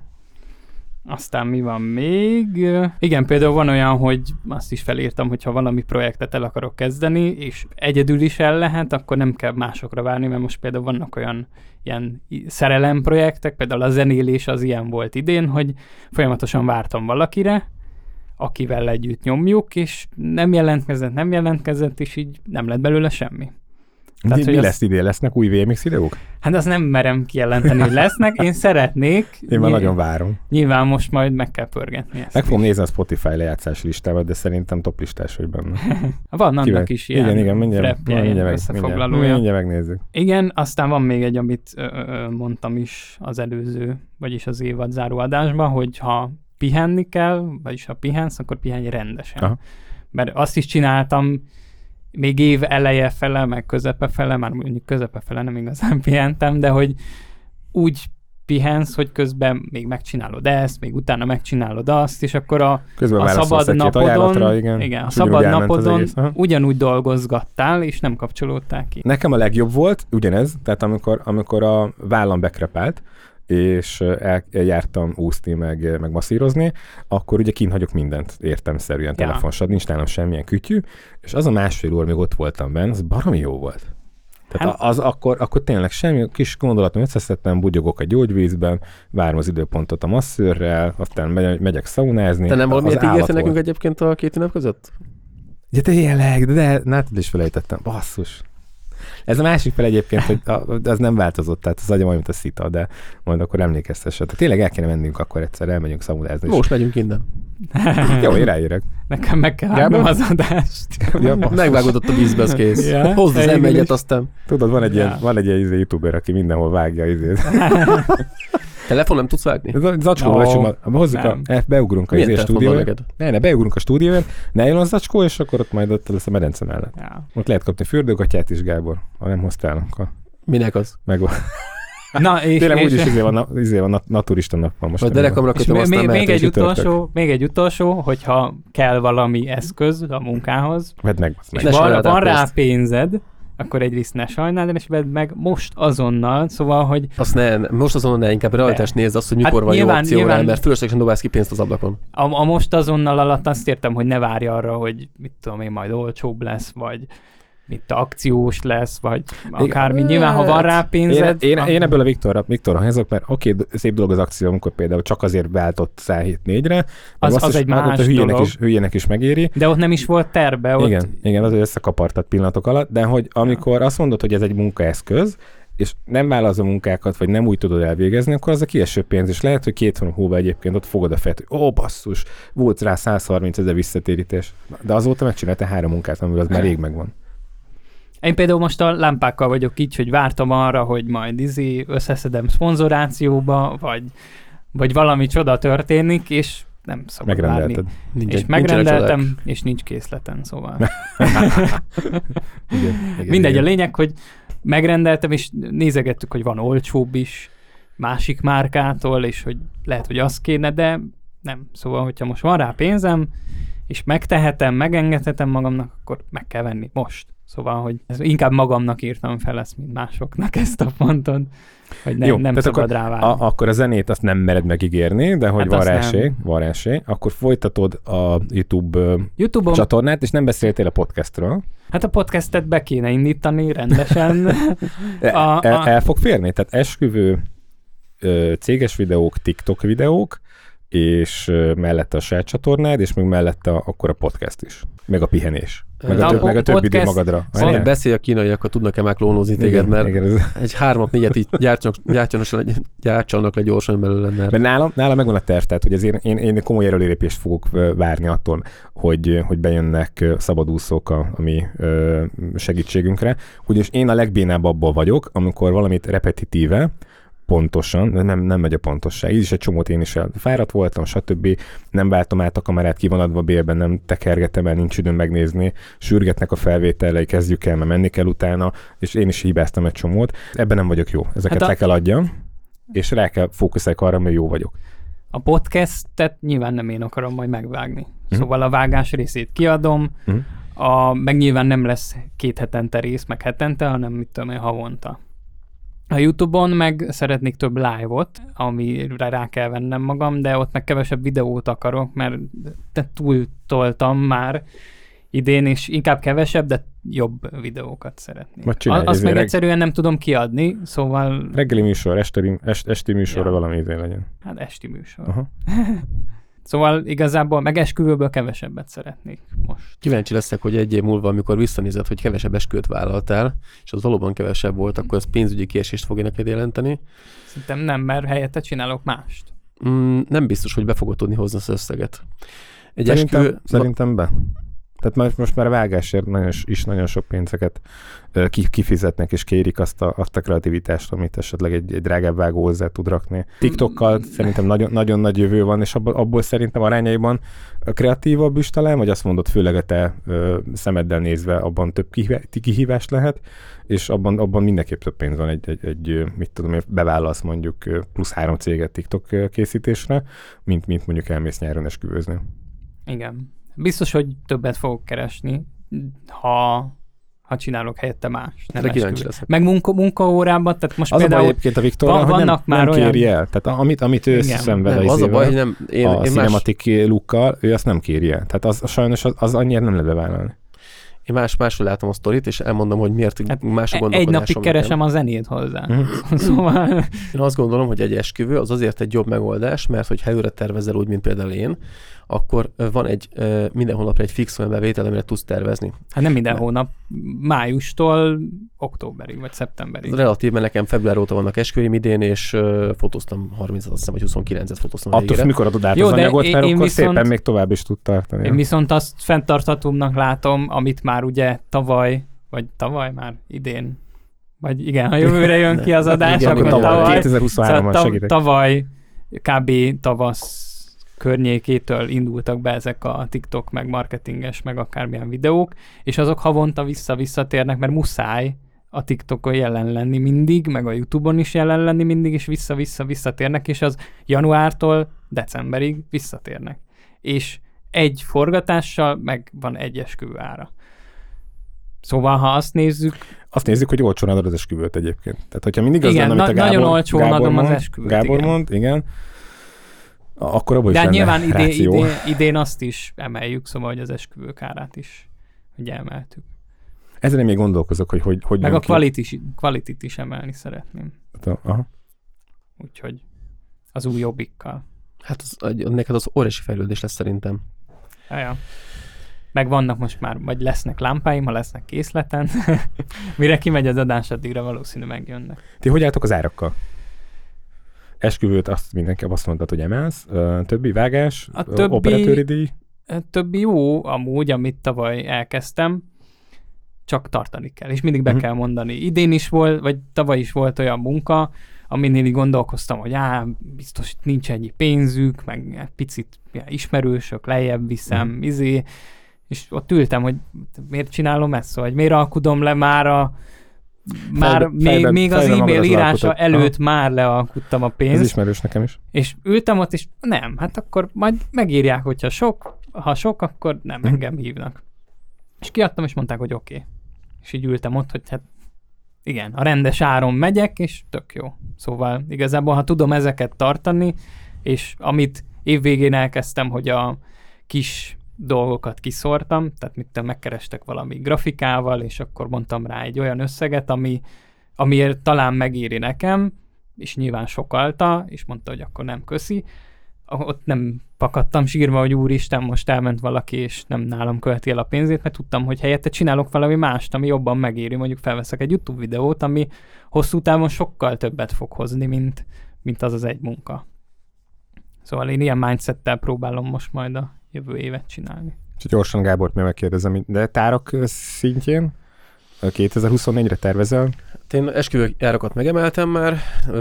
[SPEAKER 1] Aztán mi van még? Igen, például van olyan, hogy azt is felírtam, hogyha valami projektet el akarok kezdeni, és egyedül is el lehet, akkor nem kell másokra várni, mert most például vannak olyan ilyen szerelemprojektek, például a zenélés az ilyen volt idén, hogy folyamatosan vártam valakire, akivel együtt nyomjuk, és nem jelentkezett, és így nem lett belőle semmi.
[SPEAKER 2] Tehát, mi lesz idén? Lesznek új VMX videók?
[SPEAKER 1] Hát azt nem merem kijelenteni, hogy lesznek. Én szeretnék.
[SPEAKER 2] Én már nagyon várom.
[SPEAKER 1] Nyilván most majd meg kell pörgetni ezt.
[SPEAKER 2] Meg fogom nézni a Spotify lejátszási listámat, de szerintem top listás vagy benne.
[SPEAKER 1] Van annak is ilyen összefoglalója.
[SPEAKER 2] Mindjárt megnézzük.
[SPEAKER 1] Igen, aztán van még egy, amit mondtam is az előző, vagyis az évad záró adásban, hogy ha pihenni kell, vagyis ha pihensz, akkor pihenj rendesen. Aha. Mert azt is csináltam, még év eleje fele, meg közepe fele, már mondjuk közepe fele nem igazán pihentem, de hogy úgy pihensz, hogy közben még megcsinálod ezt, még utána megcsinálod azt, és akkor a szabad napodon, igen, a szabad napodon ugyanúgy dolgozgattál, és nem kapcsolódtál ki.
[SPEAKER 2] Nekem a legjobb volt ugyanez, tehát amikor a vállam bekrepált, és eljártam úszni, meg masszírozni, akkor ugye kint hagyok mindent értelemszerűen, telefonsad, nincs nálam semmilyen kütyű, és az a másfél óra, még ott voltam benne, az baromi jó volt. Tehát az akkor tényleg semmi, kis gondolatom összeszedtem, bugyogok a gyógyvízben, várom az időpontot a masszőrrel, aztán megyek szaunázni.
[SPEAKER 3] Te nem valamiért ígérte nekünk egyébként a 2 nap között?
[SPEAKER 2] Ja, tényleg, de nátad is felejtettem, basszus. Ez a másik fel egyébként, hogy az nem változott, tehát az agyam olyan, mint a szita, de majd akkor emlékeztesse. Tehát tényleg el kéne mennünk akkor egyszer, elmegyünk szaunázni.
[SPEAKER 3] Most megyünk innen.
[SPEAKER 2] Jó, én ráérek.
[SPEAKER 1] Nekem meg kell vágnom az adást.
[SPEAKER 3] Ja, megvágott a vízbe, az kész. Ja, hozd az M1-et, aztán.
[SPEAKER 2] Tudod, van egy ilyen youtuber, aki mindenhol vágja izét.
[SPEAKER 3] Telefon nem tudsz vágni?
[SPEAKER 2] Zacskóval veszünk, hozzuk beugrunk a stúdióba. Beugrunk a stúdióba, ne jön a zacskó, és akkor ott majd ott lesz a medence mellett. Ja. Ott lehet kapni fürdőgatyát is, Gábor, ha nem hoztál, akkor...
[SPEAKER 3] Minek az?
[SPEAKER 1] Na, és
[SPEAKER 2] tényleg úgyis van naturista nap van most.
[SPEAKER 3] Vagy derekamra kötöm, aztán
[SPEAKER 1] még egy utolsó, hogyha kell valami eszköz a munkához,
[SPEAKER 2] vedd meg.
[SPEAKER 1] És van rá pénzed, akkor egyrészt ne sajnáld, és vedd meg most azonnal, szóval, hogy...
[SPEAKER 3] Most azonnal ne, inkább realitást nézd azt, hogy mikor van jó opcióra, mert fölöslegesen dobálsz ki pénzt az ablakon.
[SPEAKER 1] A most azonnal alatt azt értem, hogy ne várj arra, hogy mit tudom én, majd olcsóbb lesz, vagy mit akciós lesz, vagy akármi. Nyilván, ha van rá pénzed...
[SPEAKER 2] Én ebből a Viktorra helyezok, mert oké, szép dolog az akció, amikor például csak azért váltott 107-4-re,
[SPEAKER 1] az egy más dolog.
[SPEAKER 2] Hülyének is megéri.
[SPEAKER 1] De ott nem is volt terve. Ott...
[SPEAKER 2] Igen, az összekapartat pillanatok alatt, de hogy amikor azt mondod, hogy ez egy munkaeszköz, és nem válasz a munkákat, vagy nem úgy tudod elvégezni, akkor az a kieső pénz, és lehet, hogy 2 hónap múlva egyébként ott fogod a fejet, hogy basszus, volt rá 130 000 visszatérítés. De azóta megcsinálta 3 munkát, amivel az már rég megvan.
[SPEAKER 1] Én például most a lámpákkal vagyok így, hogy vártam arra, hogy majd összeszedem szponzorációba, vagy valami csoda történik, és nem szabad várni. És megrendeltem, és nincs készleten, szóval. Igen, mindegy, a lényeg, hogy megrendeltem, és nézegettük, hogy van olcsóbb is másik márkától, és hogy lehet, hogy az kéne, de nem. Szóval, hogyha most van rá pénzem, és megtehetem, megengedhetem magamnak, akkor meg kell venni most. Szóval, hogy inkább magamnak írtam fel ezt, mint másoknak ezt a pontot, hogy nem szabad ráválni.
[SPEAKER 2] Akkor a zenét azt nem mered megígérni, de hogy van esély, akkor folytatod a YouTube csatornát, és nem beszéltél a podcastről.
[SPEAKER 1] Hát a podcastet be kéne indítani rendesen.
[SPEAKER 2] El fog férni? Tehát esküvő, céges videók, TikTok videók, és mellette a saját csatornád, és még mellette akkor a podcast is. Meg a pihenés. Meg a több idő magadra.
[SPEAKER 3] Beszélj a kínaiakkal, tudnak-e már klónozni téged, mert egy 3-4-et így gyártsanak le gyorsan belőle.
[SPEAKER 2] Mert nálam megvan a terv, tehát hogy én komoly erőlépést fogok várni attól, hogy bejönnek szabadúszók a mi segítségünkre. Ugyanis én a legbénább abból vagyok, amikor valamit repetitíve, pontosan, nem megy a pontosság. Így is egy csomót én is fáradt voltam, stb. Nem váltom át a kamerát, ki van adva bélben, nem tekergetem el, nincs időm megnézni, sürgetnek a felvételei, kezdjük el, mert menni kell utána, és én is hibáztam egy csomót. Ebben nem vagyok jó. Ezeket le kell adjam, és rá kell fókuszálni arra, mert jó vagyok.
[SPEAKER 1] A podcastet nyilván nem én akarom majd megvágni. Szóval a vágás részét kiadom, meg nyilván nem lesz 2 hetente rész, meg hetente, hanem mit tudom én, havonta. A YouTube-on meg szeretnék több live-ot, amire rá kell vennem magam, de ott meg kevesebb videót akarok, mert túltoltam már idén, és inkább kevesebb, de jobb videókat szeretnék. Azt meg egyszerűen nem tudom kiadni, szóval...
[SPEAKER 2] Reggeli műsor, esti műsorra valami idén legyen.
[SPEAKER 1] Hát esti műsor. Aha. Szóval igazából meg esküvőből kevesebbet szeretnék most.
[SPEAKER 3] Kíváncsi leszek, hogy egy év múlva, amikor visszanézed, hogy kevesebb esküvőt vállaltál, és az valóban kevesebb volt, akkor ez pénzügyi kiesést fogja neked jelenteni.
[SPEAKER 1] Szerintem nem, mert helyette csinálok mást.
[SPEAKER 3] Nem biztos, hogy be fogod tudni hozni az összeget.
[SPEAKER 2] Szerintem be. Tehát most már a vágásért nagyon sok pénzeket kifizetnek, és kérik azt a kreativitást, amit esetleg egy drágább vágó hozzá tud rakni. TikTokkal szerintem nagyon nagy jövő van, és abból szerintem arányaiban kreatívabb is talán, vagy azt mondod, főleg a te szemeddel nézve abban több kihívást lehet, és abban mindenképp több pénz van egy mit tudom, bevállalsz mondjuk plusz 3 céget TikTok készítésre, mint mondjuk elmész nyáron esküvőzni.
[SPEAKER 1] Igen. Biztos, hogy többet fogok keresni, ha csinálok helyette más. Meg munkaórában, tehát most
[SPEAKER 2] az
[SPEAKER 1] például...
[SPEAKER 2] Az a baj egyébként a Viktorral, hogy nem kéri el. Tehát amit ő szenved
[SPEAKER 3] az a baj, hogy
[SPEAKER 2] a cinematic lookkal, ő azt nem kéri el. Tehát sajnos az annyira nem lehet bevállalni.
[SPEAKER 3] Én másról látom a sztorit, és elmondom, hogy miért mások gondolkodásom.
[SPEAKER 1] Egy napig keresem a zenét hozzá. Szóval...
[SPEAKER 3] Én azt gondolom, hogy egy esküvő az azért egy jobb megoldás, mert hogyha előre tervezel úgy, mint például én, akkor van minden hónapra egy fix olyan bevétel, amire tudsz tervezni.
[SPEAKER 1] Hát nem minden hónap, májustól októberig, vagy szeptemberig.
[SPEAKER 3] Relatív, mert nekem február óta vannak esküvőim idén, és fotóztam 30-at, azt hiszem, vagy 29-et fotóztam.
[SPEAKER 2] Attól mikor adod át az anyagot, mert akkor szépen még tovább is tud tartani.
[SPEAKER 1] Én viszont azt fenntarthatóbbnak látom, amit már ugye tavaly már idén, vagy igen, ha jövőre jön ki az adás,
[SPEAKER 2] igen,
[SPEAKER 1] akkor
[SPEAKER 2] tavaly 2023-ban segítek.
[SPEAKER 1] Tavaly kb. Tavasz környékétől indultak be ezek a TikTok, meg marketinges, meg akármilyen videók, és azok havonta visszatérnek, mert muszáj a TikTokon jelen lenni mindig, meg a YouTube-on is jelen lenni mindig, és visszatérnek, és az januártól decemberig visszatérnek. És egy forgatással meg van egy esküvő ára. Szóval, ha azt nézzük,
[SPEAKER 2] hogy olcsón adod az esküvőt egyébként. Tehát, hogyha mindig az
[SPEAKER 1] igen,
[SPEAKER 2] lenne, amit a
[SPEAKER 1] nagyon olcsón adom az esküvőt.
[SPEAKER 2] Gábor mond, igen. Akkor abban is
[SPEAKER 1] de
[SPEAKER 2] lenne
[SPEAKER 1] nyilván
[SPEAKER 2] ráció.
[SPEAKER 1] idén azt is emeljük, szóval, hogy az esküvők árát is ugye emeltük.
[SPEAKER 2] Ezen én még gondolkozok, hogy
[SPEAKER 1] meg a quality-t is emelni szeretném.
[SPEAKER 2] Aha.
[SPEAKER 1] Úgyhogy az új jobbikkal.
[SPEAKER 3] Hát neked az óriási fejlődés lesz szerintem.
[SPEAKER 1] Ja. Meg vannak most már, vagy lesznek lámpáim, ha lesznek készleten. Mire kimegy az adás, addigra valószínű megjönnek.
[SPEAKER 2] Ti hogy álltok az árakkal? Esküvőt mindenki azt mondtad, hogy emelsz. Többi vágás, operatőri díj?
[SPEAKER 1] Többi jó amúgy, amit tavaly elkezdtem, csak tartani kell, és mindig be kell mondani. Idén is volt, vagy tavaly is volt olyan munka, aminél így gondolkoztam, hogy biztos nincs ennyi pénzük, meg picit ismerősök, lejjebb viszem, és ott ültem, hogy miért csinálom ezt, vagy miért alkudom le már a még az e-mail írása előtt már lealkuttam a pénzt.
[SPEAKER 2] Ez ismerős nekem is.
[SPEAKER 1] És ültem ott, és nem, hát akkor majd megírják, hogyha ha sok, akkor nem, engem hívnak. És kiadtam, és mondták, hogy oké. És így ültem ott, hogy hát igen, a rendes áron megyek, és tök jó. Szóval igazából, ha tudom ezeket tartani, és amit évvégén elkezdtem, hogy a kis dolgokat kiszórtam, tehát megkerestek valami grafikával, és akkor mondtam rá egy olyan összeget, amiért talán megéri nekem, és nyilván sokalta, és mondta, hogy akkor nem köszi. Ott nem pakadtam sírva, hogy úristen, most elment valaki, és nem nálam költi el a pénzét, mert tudtam, hogy helyette csinálok valami mást, ami jobban megéri. Mondjuk felveszek egy YouTube videót, ami hosszú távon sokkal többet fog hozni, mint az egy munka. Szóval én ilyen mindsettel próbálom most majd a jövő évet csinálni.
[SPEAKER 2] És gyorsan Gábort még megkérdezem, de tárak szintjén 2024-re tervezel?
[SPEAKER 3] Én esküvőjárakat megemeltem már,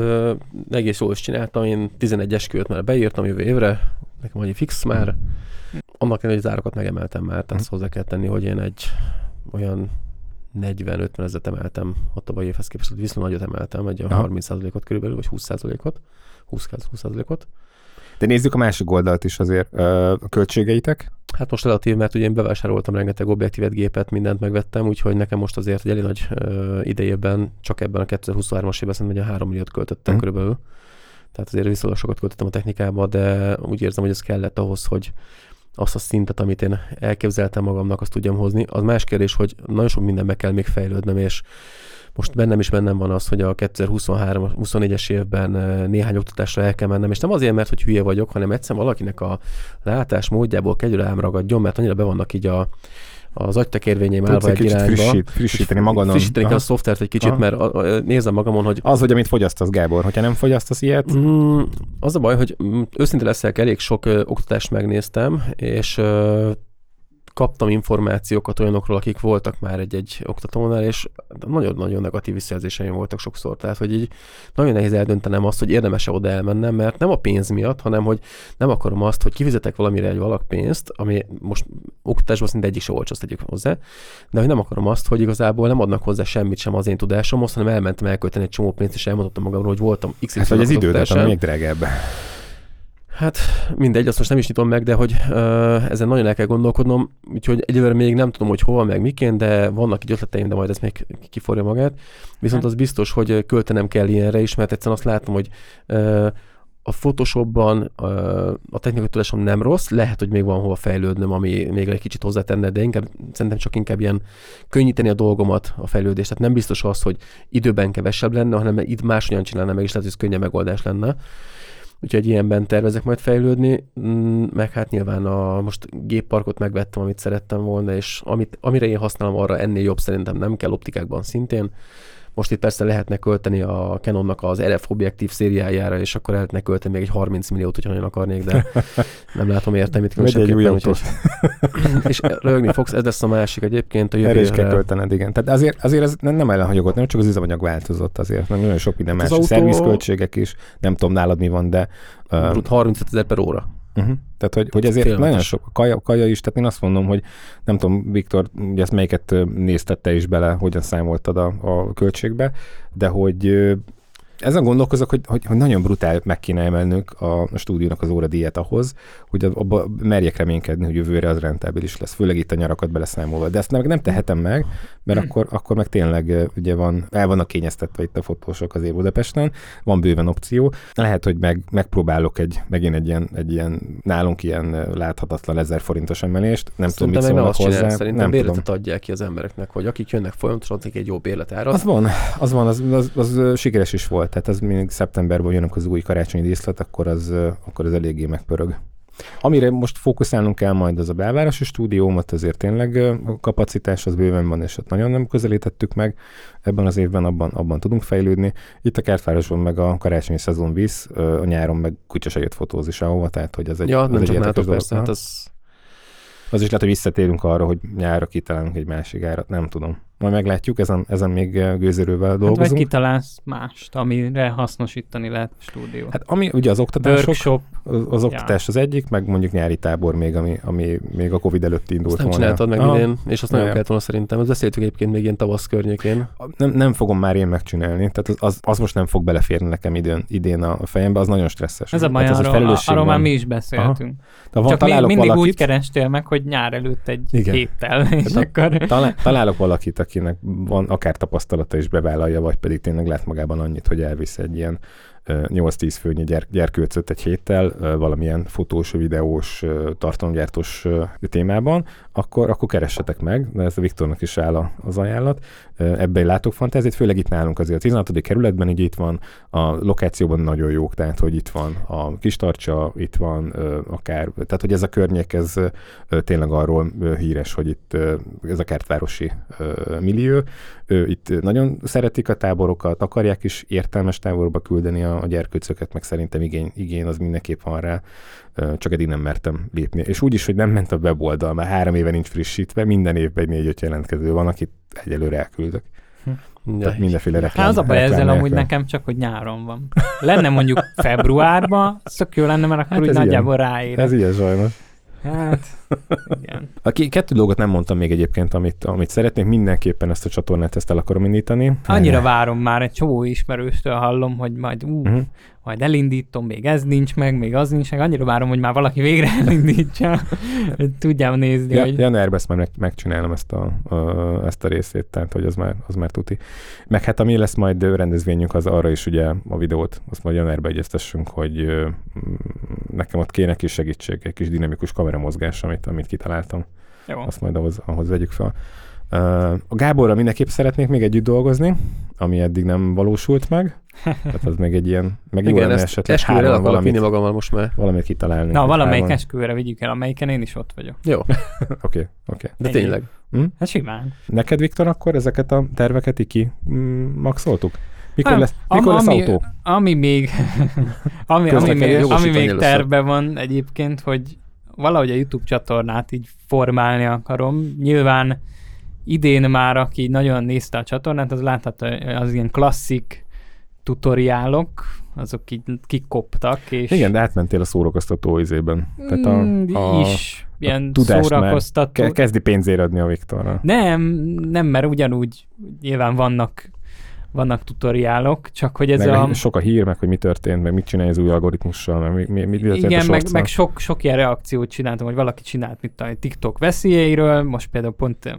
[SPEAKER 3] egész jól is csináltam, én 11 esküvőt már beírtam jövő évre, nekem annyi fix már. Annak ellenére, hogy az árakat megemeltem már, tehát hozzá kell tenni, hogy én egy olyan 40-50 ezeret emeltem ott a évhez képest, hogy viszont nagyot emeltem, egy 30%-ot körülbelül, vagy 20%-ot, 20%-ot.
[SPEAKER 2] De nézzük a másik oldalt is azért, a költségeitek.
[SPEAKER 3] Hát most relatív, mert ugye én bevásároltam rengeteg objektívet, gépet, mindent megvettem, úgyhogy nekem most azért egy elég nagy idejében, csak ebben a 2023-as évben szerintem 3 milliót költöttem körülbelül. Tehát azért viszonylag sokat költöttem a technikába, de úgy érzem, hogy ez kellett ahhoz, hogy azt a szintet, amit én elképzeltem magamnak, azt tudjam hozni. Az más kérdés, hogy nagyon sok mindenbe kell még fejlődnöm, és most bennem van az, hogy a 2023-24-es évben néhány oktatásra el kell mennem, és nem azért, mert hogy hülye vagyok, hanem egyszerűen valakinek a látás módjából kell rám ragadjon, mert annyira be vannak így az agytekérvényeim állva egy irányba.
[SPEAKER 2] Frissíteni magadon.
[SPEAKER 3] Frissíteni kell a szoftvert egy kicsit, mert nézem magamon, hogy...
[SPEAKER 2] Az, hogy amit fogyasztasz, Gábor, hogyha nem fogyasztasz ilyet...
[SPEAKER 3] Az a baj, hogy őszinte leszek, elég sok oktatást megnéztem, és kaptam információkat olyanokról, akik voltak már egy oktatónál, és nagyon-nagyon negatív visszajelzéseim voltak sokszor. Tehát, hogy így nagyon nehéz eldöntenem azt, hogy érdemes-e oda elmennem, mert nem a pénz miatt, hanem hogy nem akarom azt, hogy kifizetek valamire egy valak pénzt, ami most oktatásban szinte egyik se olcsó, azt tegyük hozzá, de hogy nem akarom azt, hogy igazából nem adnak hozzá semmit sem az én tudásomhoz, hanem elmentem elkölteni egy csomó pénzt, és elmondottam magamról, hogy voltam XY.
[SPEAKER 2] Hát, hogy az idődet, ami még drágább.
[SPEAKER 3] Hát mindegy, azt most nem is nyitom meg, de hogy ezen nagyon el kell gondolkodnom, úgyhogy egyelőre még nem tudom, hogy hova, meg miként, de vannak így ötleteim, de majd ez még kiforja magát. Viszont az biztos, hogy költenem kell ilyenre is, mert egyszerűen azt látom, hogy a Photoshopban a technikai tudásom nem rossz, lehet, hogy még van hova fejlődnöm, ami még egy kicsit hozzátenne, de szerintem inkább ilyen könnyíteni a dolgomat, a fejlődést. Tehát nem biztos az, hogy időben kevesebb lenne, hanem itt máshogyan csinálnám meg, és lehet, hogy ez könnyebb megoldás lenne. Úgyhogy ilyenben tervezek majd fejlődni, meg hát nyilván most gépparkot megvettem, amit szerettem volna, és amire én használom, arra ennél jobb szerintem nem kell, optikákban szintén. Most itt persze lehetne költeni a Canonnak az RF objektív szériájára, és akkor lehetne költeni még egy 30 milliót, hogyha nagyon akarnék, de nem látom értelmét. És rögni fogsz, ez lesz a másik egyébként.
[SPEAKER 2] Erre is kell költened, igen. Tehát azért ez nem ellenhagyogott, nem csak az üzemanyag változott azért, hanem nagyon sok minden más. Szervizköltségek is, nem tudom nálad mi van, de...
[SPEAKER 3] 35 000 per óra.
[SPEAKER 2] Tehát, hogy ezért nagyon sok kaja is, tehát én azt mondom, hogy nem tudom, Viktor, ugye ezt melyiket néztette is bele, hogyan számoltad a költségbe, de hogy ezen gondolkozok, hogy nagyon brutál meg kéne emelnünk a stúdiónak az óradíját ahhoz, hogy abba merjek reménykedni, hogy jövőre az rentábilis lesz, főleg itt a nyarakat beleszámolva. De ezt nem tehetem meg, mert akkor meg tényleg ugye el vannak kényeztetve itt a fotósok azért Budapesten, van bőven opció. Lehet, hogy megpróbálok megint egy ilyen nálunk ilyen láthatatlan 1000 forintos emelést, nem tudom, mit szólnak hozzá.
[SPEAKER 3] Szerintem bérletet adják ki az embereknek, hogy akik jönnek folyamatosan, egy jó bérletárat.
[SPEAKER 2] Az sikeres is volt. Tehát ez még szeptemberben jönnek az új karácsonyi díszlet, akkor az eléggé megpörög. Amire most fókuszálnunk kell majd, az a belvárosi stúdió, ott azért tényleg a kapacitás az bőven van, és ott nagyon nem közelítettük meg. Ebben az évben abban tudunk fejlődni. Itt a Kertvárosban meg a karácsonyi szezon visz, a nyáron meg kutya se jött fotózni sehova, tehát hogy az egy
[SPEAKER 3] érdekes dolog.
[SPEAKER 2] Az is lehet, hogy visszatérünk arra, hogy nyárra kitalálunk egy másik árat, nem tudom. majd meglátjuk, ezen még gőzerővel dolgozunk.
[SPEAKER 1] Hát vagy kitalálsz mást, amire hasznosítani lehet a stúdiót.
[SPEAKER 2] Hát ami ugye az oktatások,
[SPEAKER 1] workshop.
[SPEAKER 2] az oktatás az egyik, meg mondjuk nyári tábor még, ami még a Covid előtt indult volna.
[SPEAKER 3] Nem csináltad meg idén, és azt nagyon kellett volna szerintem. Ezt beszéltük egyébként még ilyen tavasz környékén.
[SPEAKER 2] Nem fogom már én megcsinálni, tehát az most nem fog beleférni nekem idén a fejembe, az nagyon stresszes.
[SPEAKER 1] Ez a baj, arról már mi is beszéltünk. Csak mindig úgy kerestél meg, hogy nyár előtt egy héttel, és akkor...
[SPEAKER 2] Találok valakit, akinek van akár tapasztalata és bevállalja, vagy pedig tényleg lát magában annyit, hogy elvisz egy ilyen 8-10 főnyi gyerkőcöt egy héttel valamilyen fotós, videós, tartalomgyártós témában, akkor keressetek meg, de ez a Viktornak is áll az ajánlat. Ebben látok fantáziát, főleg itt nálunk azért a 16. kerületben, így itt van, a lokációban nagyon jók, tehát hogy itt van a Kistarcsa, itt van akár, tehát hogy ez a környék, ez tényleg arról híres, hogy itt ez a kertvárosi millió, itt nagyon szeretik a táborokat, akarják is értelmes táborba küldeni a gyerkőcöket, meg szerintem igény az mindenképp van rá, csak eddig nem mertem lépni. És úgy is, hogy nem ment a weboldal, már 3 éve nincs frissítve, minden évben 4-5 jelentkező van, akit egyelőre elküldök. Tehát mindenféle reklám.
[SPEAKER 1] Hát az a baj ezzel amúgy nekem csak, hogy nyáron van. Lenne mondjuk februárban, szök jó lenne, mert akkor hát úgy nagyjából ráér.
[SPEAKER 2] Ez ilyen sajnos.
[SPEAKER 1] Hát, igen.
[SPEAKER 2] 2 dolgot nem mondtam még egyébként, amit szeretnék. Mindenképpen ezt a csatornát el akarom indítani.
[SPEAKER 1] Annyira várom már, egy csomó ismerőstől hallom, hogy majd majd elindítom, még ez nincs meg, még az nincs meg. Annyira várom, hogy már valaki végre elindítsa, hogy tudjam nézni. Hogy...
[SPEAKER 2] Januárban ezt már megcsinálom ezt a részét, tehát hogy az már tuti. Meg hát ami lesz majd rendezvényünk, az arra is ugye a videót, azt majd januárban egyeztessünk, hogy nekem ott kéne kis segítség, egy kis dinamikus kameramozgás, amit kitaláltam.
[SPEAKER 1] Jó.
[SPEAKER 2] Azt majd ahhoz vegyük fel. A Gáborral mindenképp szeretnék még együtt dolgozni, ami eddig nem valósult meg. Tehát az meg egy ilyen, meg jó lenne esetleg
[SPEAKER 3] esküvőre el akarok vinni magammal most már.
[SPEAKER 2] Valamit kitalálni.
[SPEAKER 1] Na, valamelyik esküvőre vigyük el, amelyiken én is ott vagyok.
[SPEAKER 3] Jó.
[SPEAKER 2] Oké.
[SPEAKER 3] De tényleg.
[SPEAKER 1] Hát simán.
[SPEAKER 2] Neked, Viktor, akkor ezeket a terveket maxoltuk? Mikor lesz autó?
[SPEAKER 1] Ami még tervben van egyébként, hogy valahogy a YouTube csatornát így formálni akarom. Nyilván idén már, aki nagyon nézte a csatornát, az láthatta, az ilyen klasszik tutoriálok, azok így kikoptak. És
[SPEAKER 2] igen, de átmentél a szórakoztató izében. Tehát
[SPEAKER 1] ilyen szórakoztató.
[SPEAKER 2] Kezdi pénzért adni a Viktorra.
[SPEAKER 1] Nem, mert ugyanúgy nyilván vannak tutoriálok, csak hogy ez
[SPEAKER 2] meg sok a hír, meg hogy mi történt, meg mit csinálj az új algoritmussal, meg mi
[SPEAKER 1] igen, meg sok ilyen reakciót csináltam, hogy valaki csinált mit TikTok veszélyeiről, most például pont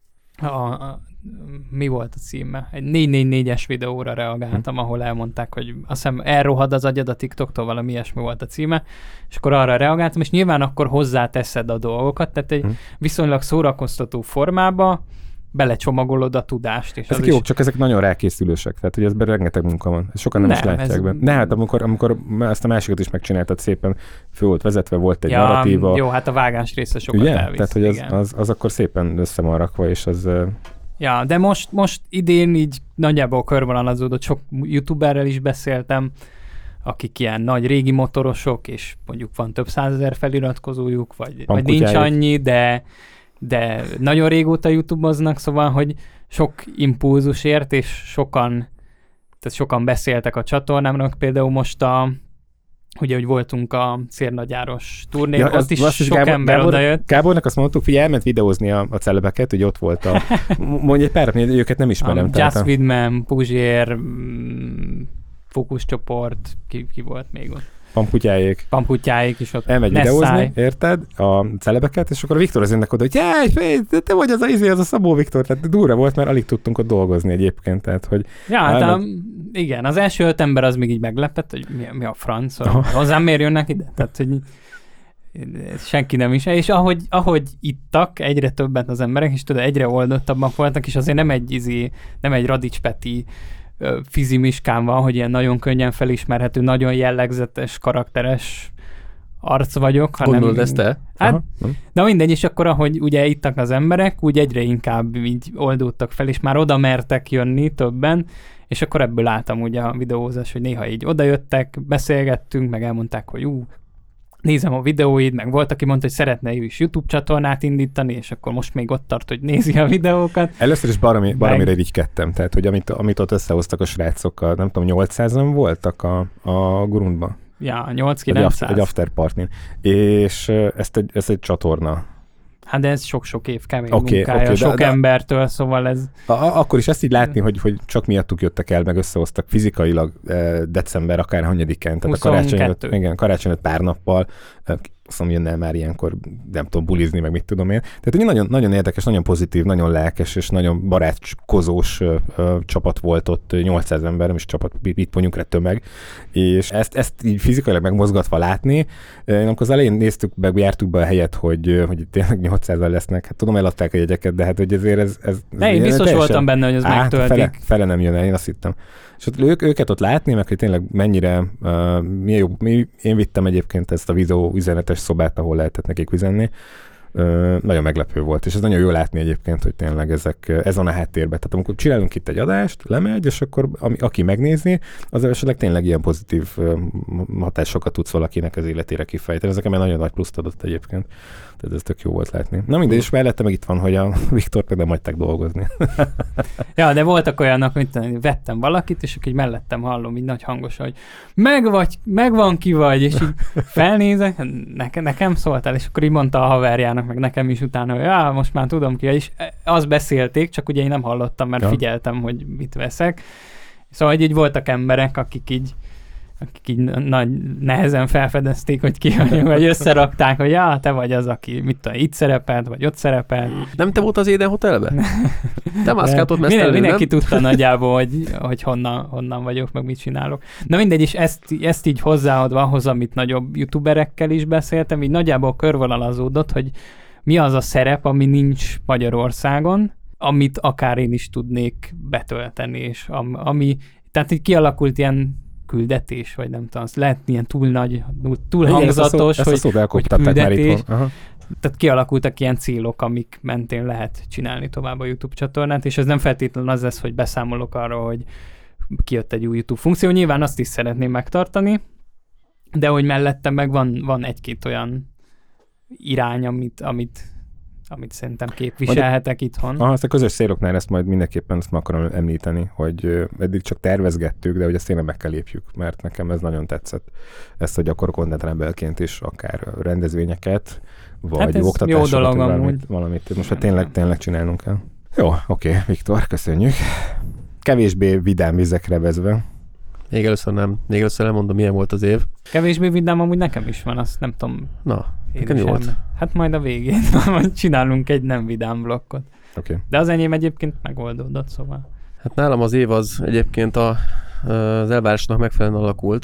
[SPEAKER 1] mi volt a címe? Egy 444-es videóra reagáltam, ahol elmondták, hogy azt hiszem elrohad az agyad a TikToktól, valami ilyesmi volt a címe, és akkor arra reagáltam, és nyilván akkor hozzáteszed a dolgokat, tehát egy viszonylag szórakoztató formába belecsomagolod a tudást. És
[SPEAKER 2] ezek jók, csak ezek nagyon rákészülősek, tehát hogy ezben rengeteg munka van. Ezt sokan nem is látják benne. De hát amikor ezt a másikat is megcsináltad szépen, föl volt vezetve, volt egy narratíva.
[SPEAKER 1] Jó, hát a vágás része sokat elvisz.
[SPEAKER 2] Tehát, hogy az akkor szépen össze van rakva, és az...
[SPEAKER 1] Ja, de most idén így nagyjából körvonalazódott, sok youtuberrel is beszéltem, akik ilyen nagy régi motorosok, és mondjuk van több 100 000 feliratkozójuk, vagy nincs annyi, de nagyon régóta YouTube-oznak, szóval, hogy sok impulzusért, és sokan beszéltek a csatornámnak, például most ugye, hogy voltunk a Cérnagyáros turnén, ott is sok ember odajött.
[SPEAKER 2] Gábornak azt mondtuk, hogy elment videózni a celebeket, hogy ott volt mondj egy párat, hogy őket nem ismerem.
[SPEAKER 1] Just Widman, Puzsér, Fókuszcsoport, ki volt még ott? Pamputyáék is ott.
[SPEAKER 2] Elmegy videózni, érted? A celebeket, és akkor a Viktor az önnek oda, hogy te vagy az a Szabó Viktor, tehát durva volt, mert alig tudtunk ott dolgozni egyébként, tehát hogy...
[SPEAKER 1] Ja, hát igen, az első 5 ember az még így meglepett, hogy mi a franc, hozzám miért jönnek ide? Tehát, hogy senki nem is. És ahogy ittak egyre többet az emberek, és tudod, egyre oldottabbak voltak, és azért nem egy Radics Peti fizimiskán van, hogy ilyen nagyon könnyen felismerhető, nagyon jellegzetes, karakteres arc vagyok.
[SPEAKER 3] Gondolod ezt te?
[SPEAKER 1] Hát, na mindegy, és akkor ahogy ugye ittak az emberek, úgy egyre inkább így oldódtak fel, és már oda mertek jönni többen, és akkor ebből álltam ugye a videózás, hogy néha így odajöttek, beszélgettünk, meg elmondták, hogy nézem a videóid, meg volt, aki mondta, hogy szeretne ő is YouTube csatornát indítani, és akkor most még ott tart, hogy nézi a videókat.
[SPEAKER 2] Először is baromira irigykedtem, tehát, hogy amit ott összehoztak a srácokkal, nem tudom, 800-an voltak a Grundban.
[SPEAKER 1] Ja, 8-900.
[SPEAKER 2] Egy afterpartin. És ez egy csatorna.
[SPEAKER 1] Hát de ez sok-sok év kemény munkája, sok embertől, szóval ez...
[SPEAKER 2] Akkor is ezt így látni, hogy csak miattuk jöttek el, meg összehoztak fizikailag december akárhanyadikán, tehát
[SPEAKER 1] 22.
[SPEAKER 2] a karácsony pár nappal, azt jönne már ilyenkor, nem tudom, bulizni, meg mit tudom én. Tehát egy nagyon, nagyon érdekes, nagyon pozitív, nagyon lelkes és nagyon barátkozós csapat volt ott, 800 ember, nem is csapat, itt mondjuk tömeg, és ezt így fizikailag megmozgatva látni, amikor az elején néztük, jártuk be a helyet, hogy tényleg 800-al lesznek, hát tudom, eladták a jegyeket, de hát hogy ezért ez
[SPEAKER 1] én biztos voltam benne, hogy ez megtöltik.
[SPEAKER 2] Fele nem jön el, én azt hittem. És ott őket ott látni, meg hogy tényleg mennyire milyen jó. Én vittem egyébként ezt a videó üzenetes szobát, ahol lehetett nekik üzenni. Nagyon meglepő volt, és ez nagyon jó látni egyébként, hogy tényleg ez van a háttérben. Tehát amikor csinálunk itt egy adást, lemegy, és akkor aki megnézi, az esetleg tényleg ilyen pozitív hatásokat tudsz valakinek az életére kifejteni. Ez nekem egy nagyon nagy pluszt adott egyébként. Tehát ez tök jó volt látni. Na mindegy, és mellette meg itt van, hogy a Viktor például hagyták dolgozni.
[SPEAKER 1] Ja, de voltak olyanok, mint vettem valakit, és akkor így mellettem hallom így nagy hangosan, hogy megvan ki vagy, és így felnézek, nekem szóltál, és akkor így mondta a haverjának, meg nekem is utána, hogy ja, most már tudom ki, és azt beszélték, csak ugye én nem hallottam, mert figyeltem, hogy mit veszek. Szóval így voltak emberek, akik így nagy nehezen felfedezték, hogy ki vagyok, vagy összerakták, hogy ja, te vagy az, aki itt szerepelt, vagy ott szerepelt.
[SPEAKER 3] Nem te volt az Éden Hotelben? Te mászkáltad mesztelni,
[SPEAKER 1] mindenki tudta nagyjából, hogy honnan vagyok, meg mit csinálok. Na mindegy, és ezt így hozzáadva ahhoz, amit nagyobb youtuberekkel is beszéltem, így nagyjából körvonalazódott, hogy mi az a szerep, ami nincs Magyarországon, amit akár én is tudnék betölteni, és tehát így kialakult ilyen küldetés, vagy nem tudom, lehet ilyen túl nagy, túl hangzatos, hogy küldetés. Tehát kialakultak ilyen célok, amik mentén lehet csinálni tovább a YouTube csatornát, és ez nem feltétlenül az lesz, hogy beszámolok arról, hogy kijött egy új YouTube funkció. Nyilván azt is szeretném megtartani, de hogy mellettem meg van egy-két olyan irány, amit szerintem képviselhetek itthon.
[SPEAKER 2] Azt a közös céloknál ezt majd mindenképpen meg akarom említeni, hogy eddig csak tervezgettük, de hogy ezt tényleg meg kell lépjük, mert nekem ez nagyon tetszett. Ezt, hogy akkor content rebelként is akár rendezvényeket, vagy oktatásokat, valamit. Most tényleg csinálnunk kell. Jó, oké, Viktor, köszönjük. Kevésbé vidám vizekre vezve.
[SPEAKER 3] Még először elmondom, milyen volt az év.
[SPEAKER 1] Kevésbé vidám amúgy nekem is van, azt nem tudom.
[SPEAKER 3] Na, nekem jó volt.
[SPEAKER 1] Hát majd a végén majd csinálunk egy nem vidám blokkot.
[SPEAKER 2] Okay.
[SPEAKER 1] De az enyém egyébként megoldódott, szóval.
[SPEAKER 3] Hát nálam az év az egyébként az elvárásnak megfelelően alakult.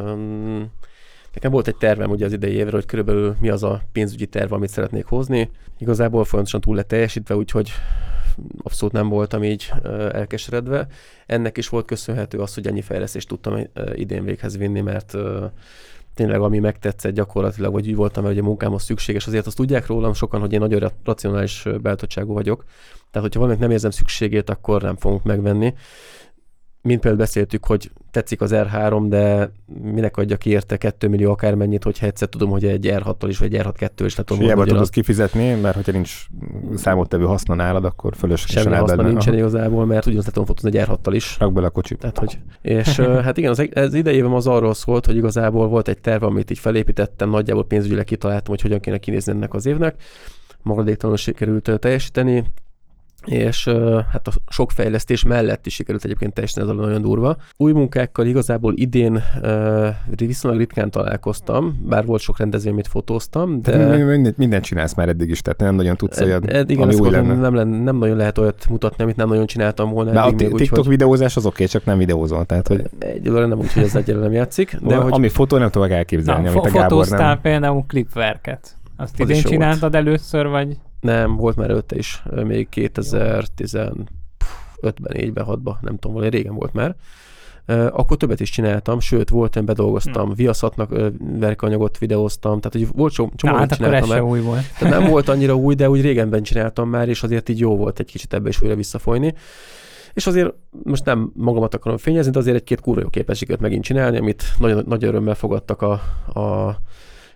[SPEAKER 3] Nekem volt egy tervem ugye az idei évre, hogy körülbelül mi az a pénzügyi terv, amit szeretnék hozni. Igazából folyamatosan túl lett teljesítve, úgyhogy abszolút nem voltam így elkeseredve. Ennek is volt köszönhető az, hogy ennyi fejlesztést tudtam idén véghez vinni, mert tényleg ami megtetszett gyakorlatilag, vagy úgy voltam, hogy a munkámhoz szükséges, azért azt tudják rólam sokan, hogy én nagyon racionális beállítottságú vagyok. Tehát, hogyha valamit nem érzem szükségét, akkor nem fogunk megvenni. Mint például beszéltük, hogy tetszik az R3, de minek adja ki érte 2 millió akármennyit, hogyha egyszer tudom, hogy egy R6-tal is, vagy egy R6-2 is letom.
[SPEAKER 2] Hiába tudod kifizetni, mert hogyha nincs számottevő haszna nálad, akkor fölöslegesen
[SPEAKER 3] semmi haszna nincsen igazából, mert ugyanazt letom fotózni egy R6-tal is.
[SPEAKER 2] Rak bele a kocsit.
[SPEAKER 3] Tehát, hogy, és hát igen, az idei évem az arról szólt, hogy igazából volt egy terv, amit így felépítettem, nagyjából pénzügyileg kitaláltam, hogy hogyan kéne kinézni ennek az évnek. Maradéktalanul sikerült teljesíteni. És hát a sok fejlesztés mellett is sikerült egyébként teljesen ez nagyon durva. Új munkákkal igazából idén viszonylag ritkán találkoztam, bár volt sok rendezvény, amit fotóztam, de...
[SPEAKER 2] Mindent csinálsz már eddig is, tehát nem nagyon tudsz olyat,
[SPEAKER 3] igen, ami új lenne. Nem nagyon lehet olyat mutatni, amit nem nagyon csináltam volna.
[SPEAKER 2] De a TikTok videózás az oké, csak nem videózol, tehát hogy...
[SPEAKER 3] Egyelőre nem úgy, hogy ez egyelőre nem játszik. De hogy...
[SPEAKER 2] Ami fotó, nem tudok elképzelni, amit a Gábor nem...
[SPEAKER 1] Fotóztál például klipverket. Azt idén csináltad először, vagy...
[SPEAKER 3] Nem, volt már előtte is, még 2015-ben, 4-ben, 6-ban, nem tudom, valami régen volt már. Akkor többet is csináltam, sőt, volt, én bedolgoztam, Viaszatnak verkanyagot videóztam, tehát hogy volt csomó,
[SPEAKER 1] hát akkor ez se új volt.
[SPEAKER 3] Tehát nem volt annyira új, de úgy régenben csináltam már, és azért így jó volt egy kicsit ebbe is újra visszafolyni. És azért most nem magamat akarom fényezni, de azért egy-két kurva jó képességet megint csinálni, amit nagyon nagy örömmel fogadtak a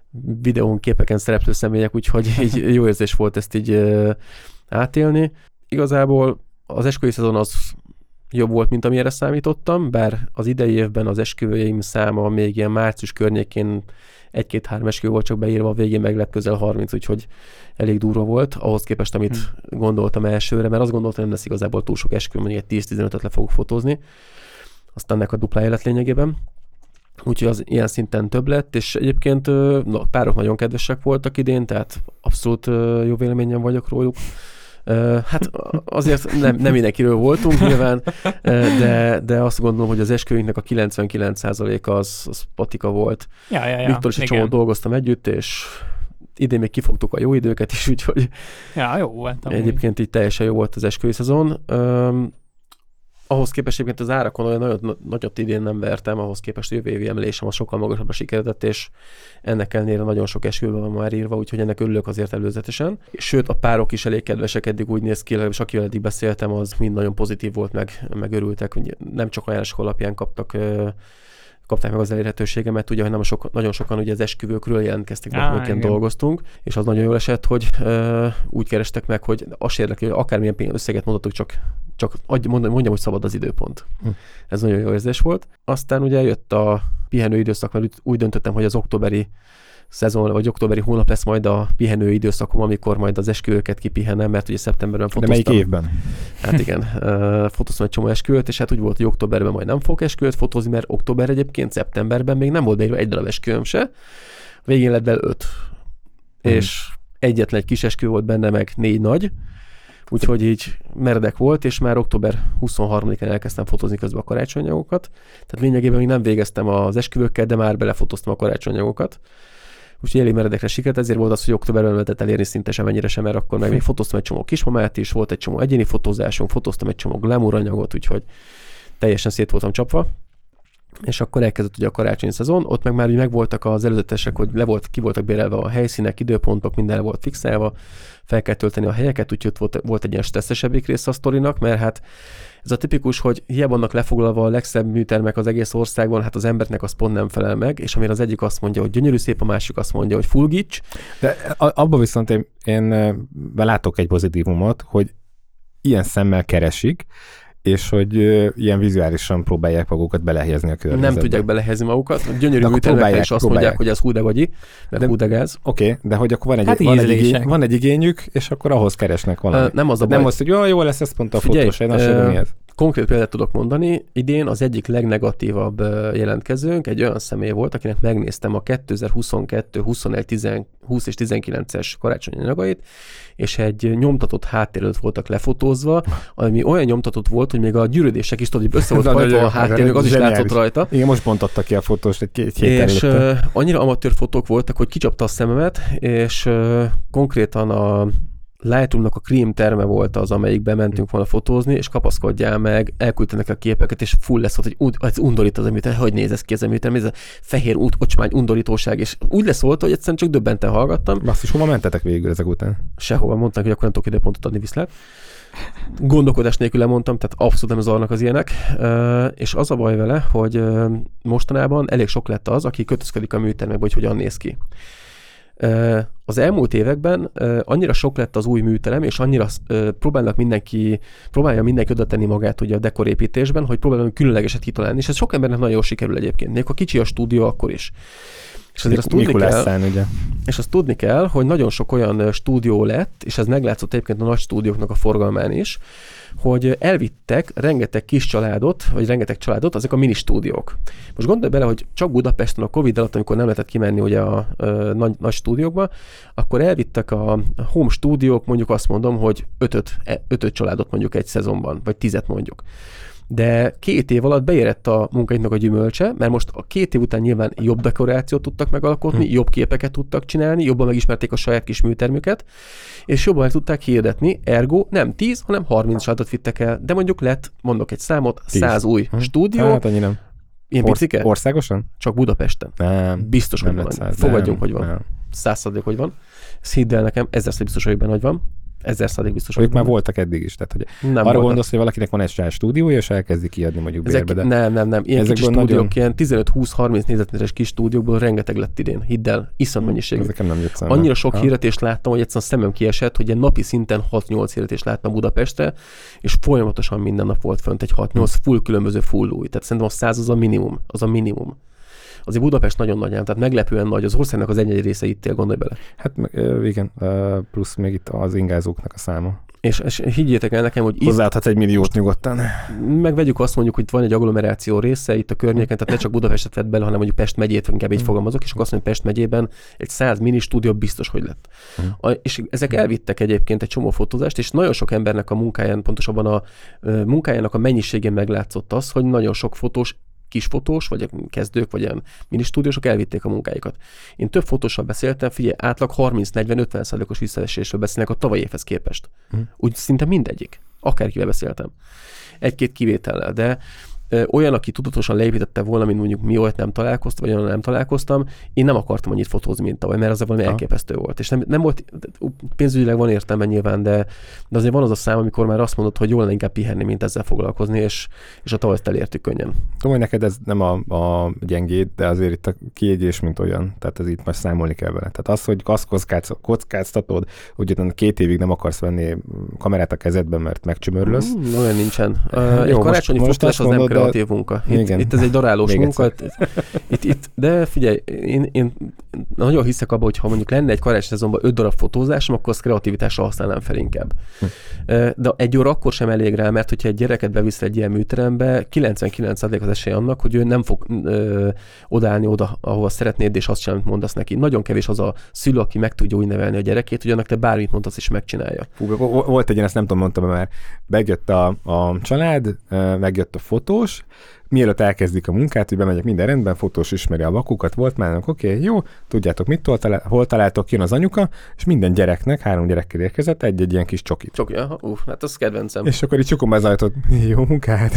[SPEAKER 3] videón, képeken szereplő személyek, úgyhogy így jó érzés volt ezt így átélni. Igazából az esküvői szezon az jobb volt, mint amire számítottam, bár az idei évben az esküvőjeim száma még ilyen március környékén 1-2-3 esküvő volt csak beírva, a végén meg lett közel 30, úgyhogy elég durva volt, ahhoz képest, amit gondoltam elsőre, mert azt gondoltam, nem lesz igazából túl sok esküvő, mondjuk egy 10-15-öt le fogok fotózni, aztán ennek a duplája lett lényegében. Úgyhogy az ilyen szinten több lett, és egyébként párok nagyon kedvesek voltak idén, tehát abszolút jó véleményem vagyok róluk. Hát azért nem mindenkiről voltunk nyilván, de azt gondolom, hogy az esküvőinknek a 99%-a az patika volt.
[SPEAKER 1] Ja,
[SPEAKER 3] Viktor is egy csomót dolgoztam együtt, és idén még kifogtuk a jó időket is, úgyhogy
[SPEAKER 1] jó volt.
[SPEAKER 3] Egyébként így teljesen jó volt az esküvői szezon. Ahhoz képest egyébként az árakon olyan nagyot idén nem vertem, ahhoz képest jövő évi emelésem az sokkal magasabbra sikeredett, és ennek ellenére nagyon sok esküvőben van már írva, úgyhogy ennek örülök azért előzetesen. Sőt, a párok is elég kedvesek, eddig úgy néz ki, legalábbis akivel eddig beszéltem, az mind nagyon pozitív volt, meg örültek, hogy nem csak ajánlások alapján kapták meg az elérhetőségemet, ugye, hogy nagyon sokan ugye az esküvőkről jelentkeztek, blogként dolgoztunk, és az nagyon jól esett, hogy úgy kerestek meg, hogy azt érdekel, hogy akármilyen összeget mondatok, csak mondjam, hogy szabad az időpont. Ez nagyon jó érzés volt. Aztán ugye jött a pihenő időszak, mert úgy döntöttem, hogy az októberi szezon, vagy októberi hónap lesz majd a pihenő időszakom, amikor majd az esküvőket kipihenem, mert ugye szeptemberben fotóztam.
[SPEAKER 2] De melyik évben?
[SPEAKER 3] Hát igen, fotóztam egy csomó esküvőt, és hát úgy volt, hogy októberben majd nem fogok esküvőt fotózni, mert október egyébként, szeptemberben még nem volt beírva egy darab esküvőm se. A végén lett belőle 5. És egyetlen egy kis esküvő volt benne, meg 4 nagy. Úgyhogy így meredek volt, és már október 23-án elkezdtem fotózni közben a karácsonyanyagokat. Tehát lényegében még nem végeztem az esküvőkkel, de már belefotóztam a karácsonyanyagokat. Úgyhogy elég meredekre sikert, ezért volt az, hogy októberben lehetett elérni szinte semennyire sem, mert akkor meg még fotóztam egy csomó kismamát is, volt egy csomó egyéni fotózásunk, fotóztam egy csomó glamour anyagot, úgyhogy teljesen szét voltam csapva. És akkor elkezdett ugye a karácsonyi szezon, ott meg már megvoltak az előzetesek, hogy ki voltak bérelve a helyszínek, időpontok, minden volt fixálva, fel kell tölteni a helyeket, úgyhogy volt egy ilyen stresszesebbik része a sztorinak, mert hát ez a tipikus, hogy hiába vannak lefoglalva a legszebb műtermek az egész országban, hát az embernek az pont nem felel meg, és amire az egyik azt mondja, hogy gyönyörű szép, a másik azt mondja, hogy fulgics.
[SPEAKER 2] De abban viszont én látok egy pozitívumot, hogy ilyen szemmel keresik, és hogy ilyen vizuálisan próbálják magukat belehelyezni a környezetbe.
[SPEAKER 3] Nem tudják belehelyezni magukat. Gyönyörű műtermekkel is azt mondják, hogy ez húdegagyi, meg húdegáz.
[SPEAKER 2] Oké, de hogy akkor van egy igényük, és akkor ahhoz keresnek valamit.
[SPEAKER 3] Nem az a baj.
[SPEAKER 2] Nem az, hogy jó lesz, ez pont a fotós, én azt sem miért.
[SPEAKER 3] Konkrét példát tudok mondani. Idén az egyik legnegatívabb jelentkezőnk egy olyan személy volt, akinek megnéztem a 2022, 21, 20 és 19-es karácsonyi anyagait, és egy nyomtatott háttér előtt voltak lefotózva, ami olyan nyomtatott volt, hogy még a gyűrődések is tudod, hogy össze volt hajtva a háttér, az is látszott rajta.
[SPEAKER 2] Igen, most bontotta ki a fotós egy héttel
[SPEAKER 3] és annyira amatőr fotók voltak, hogy kicsapta a szememet, és konkrétan a Lightroomnak a Cream terme volt az, amelyikben mentünk volna fotózni, és kapaszkodjál meg, elküldtenek a képeket, és full lesz volt, hogy ez undorít az említő, hogy néz ez ki az említő, ez a fehér ocsmány undorítóság, és úgy lesz volt, hogy egyszerűen csak döbbenten hallgattam.
[SPEAKER 2] Basszus, hova mentetek végül ezek után?
[SPEAKER 3] Sehova, mondták, hogy akkor nem tudok időpontot adni, viszlát. Gondolkodás nélkül lemondtam, tehát abszolút nem zavarnak az ilyenek, és az a baj vele, hogy mostanában elég sok lett az, aki kötözködik a műtermekbe, hogy hogyan néz ki. Az elmúlt években annyira sok lett az új műterem, és annyira próbálja mindenki oda tenni magát ugye a dekorépítésben, hogy próbálnak különlegeset kitalálni, és ez sok embernek nagyon jól sikerül egyébként. Még ha kicsi a stúdió, akkor is. És azért azt tudni kell, és azt tudni kell, hogy nagyon sok olyan stúdió lett, és ez meglátszott egyébként a nagy stúdióknak a forgalmán is, hogy elvittek rengeteg kis családot, vagy rengeteg családot, azok a mini stúdiók. Most gondolj bele, hogy csak Budapesten a Covid alatt, amikor nem lehetett kimenni ugye a nagy stúdiókba, akkor elvittek a home stúdiók, mondjuk azt mondom, hogy 5 családot mondjuk egy szezonban, vagy 10 mondjuk. De 2 év alatt beérett a munkáiknak a gyümölcse, mert most a 2 év után nyilván jobb dekorációt tudtak megalkotni, jobb képeket tudtak csinálni, jobban megismerték a saját kis műtermüket, és jobban meg tudták hirdetni, ergo nem 10, hanem 30 családot vittek el, de mondjuk lett, mondok egy számot, 100 új stúdió.
[SPEAKER 2] Hát annyi nem.
[SPEAKER 3] Ilyen picike?
[SPEAKER 2] Országosan?
[SPEAKER 3] Csak Budapesten.
[SPEAKER 2] Nem.
[SPEAKER 3] Biztos, hogy van. Fogadjunk, hogy van. 100%, hogy van. Ezt hidd el nekem, 1000-szer biztos, hogy benne, hogy van. 1000% biztos.
[SPEAKER 2] Ők már voltak eddig is. Tehát, hogy arra voltak. Gondolsz, hogy valakinek van egy saját stúdiója, és elkezdi kiadni mondjuk bérbe. De...
[SPEAKER 3] Nem. Ilyen kis stúdiók, ilyen 15-20-30 négyzetméteres kis stúdiókból rengeteg lett idén. Hidd el, iszont mennyiségű. Annyira sok hirdetést láttam, hogy egyszerűen szemem kiesett, hogy ilyen napi szinten 6-8 hirdetést láttam Budapestre, és folyamatosan minden nap volt fönt egy 6-8 full különböző full új. Tehát szerintem a 100 az a minimum. Azért Budapest nagyon nagy, tehát meglepően nagy, az országnak az egy része itt él, gondolj bele.
[SPEAKER 2] Hát igen, plusz még itt az ingázóknak a száma.
[SPEAKER 3] És higgyétek el nekem, hogy
[SPEAKER 2] hozzáadhatsz 1 milliót nyugodtan.
[SPEAKER 3] Megvegyük azt mondjuk, hogy itt van egy agglomeráció része itt a környéken, tehát ne csak Budapestet vett bele, hanem mondjuk Pest megyét, inkább így fogalmazok, és akkor azt mondjuk Pest megyében egy 100 mini stúdió biztos, hogy lett. És ezek elvittek egyébként egy csomó fotózást, és nagyon sok embernek a munkáján, pontosabban a munkájának a mennyiségén meglátszott az, hogy nagyon sok fotós, kisfotós, vagy kezdők, vagy ilyen ministúdiósok elvitték a munkáikat. Én több fotóssal beszéltem, figyelj, átlag 30-40-50%-os visszaesésről beszélnek a tavalyi évhez képest. Úgy szinte mindegyik. Akárkivel beszéltem. Egy-két kivétellel, de olyan, aki tudatosan leépítette volna, mint mondjuk mi olyat nem találkoztam, vagy olyan nem találkoztam, én nem akartam annyit fotózni, mint tavaly, mert az valami elképesztő volt. És nem volt, pénzügyileg van értelme nyilván, de azért van az a szám, amikor már azt mondod, hogy jól lenne inkább pihenni, mint ezzel foglalkozni, és a tavalyt elértük könnyen.
[SPEAKER 2] Tudom, hogy neked ez nem a gyengéd, de azért itt a kiégés, mint olyan, tehát ez itt majd számolni kell vele. Tehát az, hogy azt kockáztatod, hogy 2 évig nem akarsz venni kamerát a kezedben, mert megcsömörlös.
[SPEAKER 3] Olyan nincsen. Egy karácsonyi fotós az nem kreatív munka. Itt ez egy darálós munka. De figyelj, én nagyon hiszek abban, hogy ha mondjuk lenne egy karácsonyi szezonban 5 darab fotózásom, akkor azt kreativitásra használnám fel inkább. De 1 óra akkor sem elég rá, mert hogyha egy gyereket bevisz egy ilyen műterembe, 99% az esély annak, hogy ő nem fog odaállni oda, ahova szeretnéd, és azt sem, amit mondasz neki. Nagyon kevés az a szülő, aki meg tudja úgy nevelni a gyerekét, hogy annak te bármit mondasz, és megcsinálja.
[SPEAKER 2] Volt egy ilyen, ezt nem tudom, mondtam, mert megjött a család, megjött a fotós, mielőtt elkezdik a munkát, hogy bemegyek, minden rendben, fotós ismeri a vakukat, volt már, oké, jó, tudjátok mit, hol találtok, jön az anyuka, és minden gyereknek, 3 gyerekkel érkezett, egy ilyen kis csokit.
[SPEAKER 3] Csoki, hát az kedvencem.
[SPEAKER 2] És akkor így csukom az ajtót, jó munkát.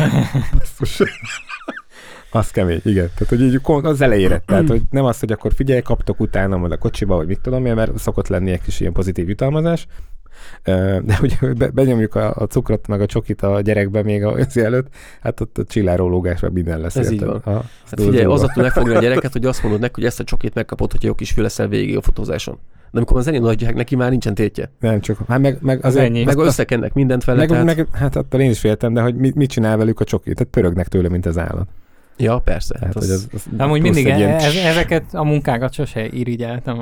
[SPEAKER 2] Az kemény, igen. Tehát, hogy így az elejére. Tehát, hogy nem az, hogy akkor figyelj, kaptok utána majd a kocsiba, vagy mit tudom én, mert szokott lenni egy kis ilyen pozitív jutalmazás. De ugye benyomjuk a cukrot meg a csokit a gyerekbe még az előtt, hát ott a csillárólógásban minden lesz.
[SPEAKER 3] Ez így van. Hát figyelj, azzal megfogni a gyereket, hogy azt mondod neki, hogy ezt a csokit megkapod, hogyha jó kisfiú leszel végig a fotózáson. De amikor az elén adják, neki már nincsen tétje.
[SPEAKER 2] Nem csak, hát meg az
[SPEAKER 3] ennyi. Meg összekennek mindent vele.
[SPEAKER 2] Hát attól én is féltem, de hogy mit csinál velük a csokit? Tehát pörögnek tőle, mint az állat.
[SPEAKER 3] Ja, persze.
[SPEAKER 2] Hát,
[SPEAKER 1] amúgy mindig ezeket a munkákat sose irigyeltem.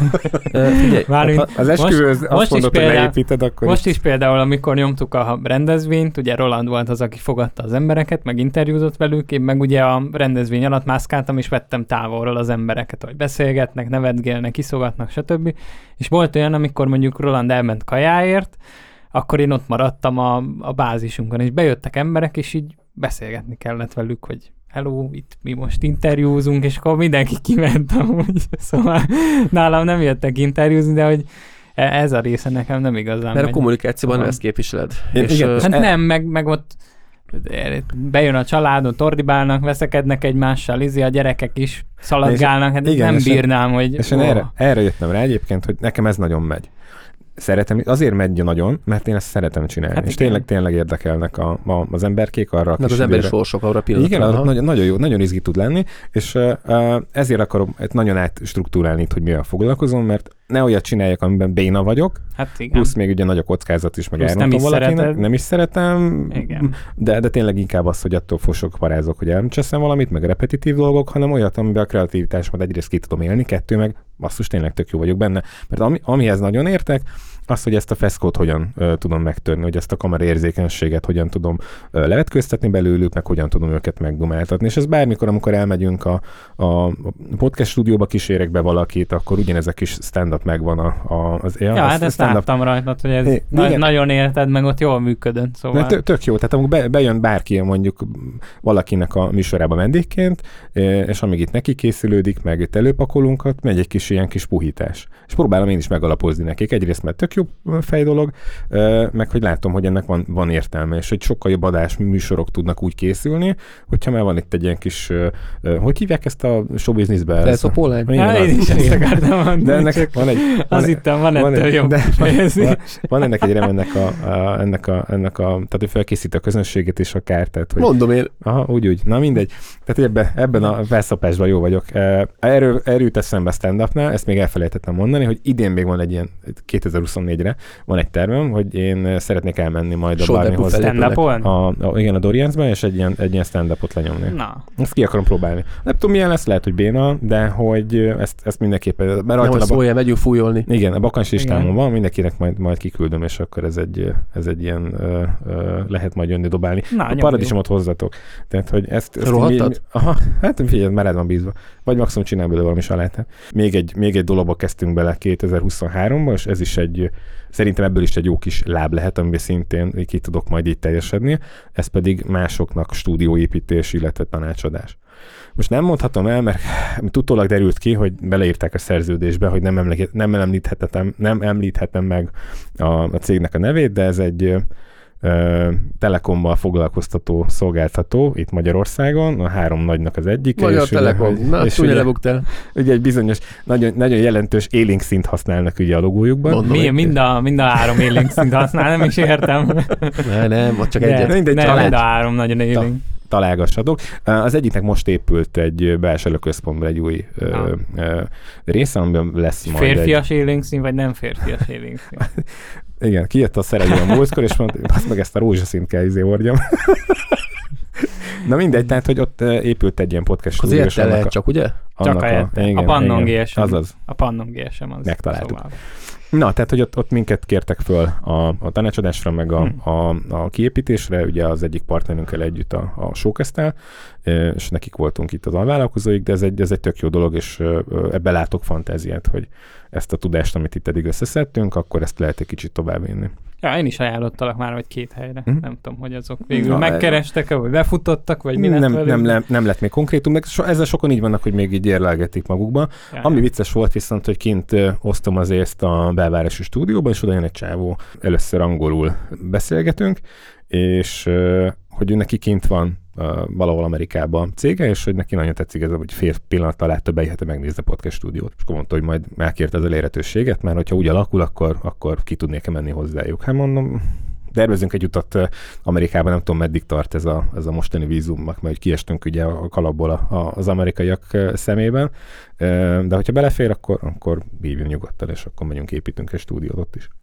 [SPEAKER 2] Az esküvőhöz azt mondod, hogy leépíted, akkor...
[SPEAKER 1] Most is például, amikor nyomtuk a rendezvényt, ugye Roland volt az, aki fogadta az embereket, meg interjúzott velük, én meg ugye a rendezvény alatt mászkáltam, és vettem távolról az embereket, hogy beszélgetnek, nevetgélnek, iszogatnak, stb. És volt olyan, amikor mondjuk Roland elment kajáért, akkor én ott maradtam a bázisunkon, és bejöttek emberek, és így beszélgetni kellett velük, hogy hello, itt mi most interjúzunk, és akkor mindenki kiment amúgy. Szóval nálam nem jöttek interjúzni, de hogy ez a része nekem nem igazán
[SPEAKER 3] mert megy. A kommunikációban ezt képviseled.
[SPEAKER 1] Hát nem, meg ott bejön a családon, ordibálnak, veszekednek egymással, a gyerekek is szaladgálnak, hát igen, nem bírnám, hogy...
[SPEAKER 2] És én erre jöttem rá egyébként, hogy nekem ez nagyon megy. Szeretem, azért megy nagyon, mert én ezt szeretem csinálni. Hát és tényleg érdekelnek az emberkék arra a kis
[SPEAKER 3] az emberi sorsok arra pillanatra.
[SPEAKER 2] Igen, nagyon jó, nagyon izgi tud lenni, és ezért akarom nagyon átstruktúrálni, hogy mivel foglalkozom, mert ne olyat csináljak, amiben béna vagyok,
[SPEAKER 1] hát igen.
[SPEAKER 2] Plusz még ugye nagy a kockázat is, meg elrontom valakinek. Nem is szeretem, de tényleg inkább az, hogy attól fosok, parázok, hogy elmcseszem valamit, meg repetitív dolgok, hanem olyat, amiben a kreativitásomat egyrészt ki tudom élni, 2 meg basszus, tényleg tök jó vagyok benne. Mert amihez nagyon értek, az, hogy ezt a feszkót hogyan tudom megtörni, hogy ezt a kameraérzékenységet hogyan tudom levetköztetni belőlük, meg hogyan tudom őket megdomáltatni. És ez bármikor, amikor elmegyünk a podcast stúdióba, kísérek be valakit, akkor ugyanezek is stand-up megvan
[SPEAKER 1] hát ezt láttam rajtad, hogy ez nagyon érted, meg ott jól működött. Szóval...
[SPEAKER 2] Tök jó, tehát amikor bejön bárki mondjuk valakinek a műsorába vendégként, és amíg itt neki készülődik, meg itt előpakolunk, megy egy kis ilyen kis puhítás. És próbálom én is megalapozni nekik. Egyrészt, mert tök jó fej dolog, meg hogy látom, hogy ennek van értelme, és hogy sokkal jobb adás műsorok tudnak úgy készülni, hogyha már van itt egy ilyen kis, hogy hívják ezt a showbizniszbe?
[SPEAKER 3] Felszopolás?
[SPEAKER 1] Én is ezt akartam mondani.
[SPEAKER 2] De ennek van
[SPEAKER 1] ettől jobb fejezni.
[SPEAKER 2] Van ennek egy ennek tehát hogy felkészít a közönséget is akár. Tehát, hogy,
[SPEAKER 3] mondom én.
[SPEAKER 2] Aha, úgy. Na mindegy. Tehát ebben a felszopásban jó vagyok. Erről jut eszembe stand-upnál, ezt még elfelejtettem mondani, hogy idén még van egy ilyen, 2024-re van egy tervem, hogy én szeretnék elmenni majd a bármihoz. Igen, a Doriansban, és egy ilyen stand-upot lenyomni.
[SPEAKER 1] Na.
[SPEAKER 2] Ezt ki akarom próbálni. Nem tudom, milyen lesz, lehet, hogy béna, de hogy ezt mindenképpen...
[SPEAKER 3] Nem, hogy szóljál, megyünk fújolni.
[SPEAKER 2] Igen, a bakancs listámon van, mindenkinek majd kiküldöm, és akkor ez egy ilyen lehet majd jönni dobálni. A paradicsomot hozzatok. Tehát, hogy ezt aha, hát figyelj, már rád van bízva. Vagy maximum csinál belőle valami salátát. Még egy dologba kezdtünk bele 2023-ban, és ez is szerintem ebből is egy jó kis láb lehet, amiben szintén ki tudok majd így teljesedni. Ez pedig másoknak stúdióépítés, illetve tanácsadás. Most nem mondhatom el, mert utólag derült ki, hogy beleírták a szerződésbe, hogy nem említhetem meg a cégnek a nevét, de ez egy Telekommal foglalkoztató szolgáltató itt Magyarországon, a 3 nagynak az egyik.
[SPEAKER 3] Magyar Telekom, csúnya lebuktál.
[SPEAKER 2] Ugye egy bizonyos, nagyon, nagyon jelentős élénk szint használnak ugye a logójukban.
[SPEAKER 1] Mind a 3 élénk szint használ, nem is értem.
[SPEAKER 3] Nem, csak egyet.
[SPEAKER 1] Mind a 3 nagyon élénk.
[SPEAKER 2] Találgassatok. Az egyiknek most épült egy bevásárlóközpontban egy új része, amiben lesz majd
[SPEAKER 1] férfias élénkszín, vagy nem férfias élénkszín?
[SPEAKER 2] Igen, kijött a szerelő a múltkor, és mondta, azt meg ezt a rózsaszínt kell hordjam. Na mindegy, tehát, hogy ott épült egy ilyen podcast stúdió.
[SPEAKER 3] Azért te lehet csak, ugye?
[SPEAKER 1] Csak a Pannon GSM.
[SPEAKER 2] Azaz.
[SPEAKER 1] A Pannon GSM az.
[SPEAKER 2] Megtaláltuk. Szóval. Na, tehát, hogy ott minket kértek föl a tanácsadásra, meg a kiépítésre, ugye az egyik partnerünkkel együtt a Showcast-tel, és nekik voltunk itt az alvállalkozóik, de ez egy tök jó dolog, és ebbe látok fantáziát, hogy ezt a tudást, amit itt eddig összeszedtünk, akkor ezt lehet egy kicsit továbbvinni.
[SPEAKER 1] Ja, én is ajánlottalak már, hogy 2 helyre. Nem tudom, hogy azok végül megkerestek-e, vagy befutottak, vagy mi
[SPEAKER 2] nem lett még konkrétum, de ezzel sokan így vannak, hogy még így érlelgetik magukba. Ja, ami vicces volt viszont, hogy kint osztom az észt a belvárosi stúdióban, és oda jön egy csávó, először angolul beszélgetünk, és hogy ő neki kint van valahol Amerikában cége, és hogy neki nagyon tetszik ez, hogy fél pillanattal látta be, megnézze a podcast stúdiót. És akkor mondta, hogy majd megkérte az elérhetőséget, mert hogyha úgy alakul, akkor ki tudnék menni hozzájuk. Hát mondom, tervezünk egy utat Amerikában, nem tudom, meddig tart ez a mostani vízumnak, mert kiestünk ugye a kalapból az amerikaiak szemében, de hogyha belefér, akkor hívjunk nyugodtan, és akkor megyünk, építünk egy stúdiót ott is.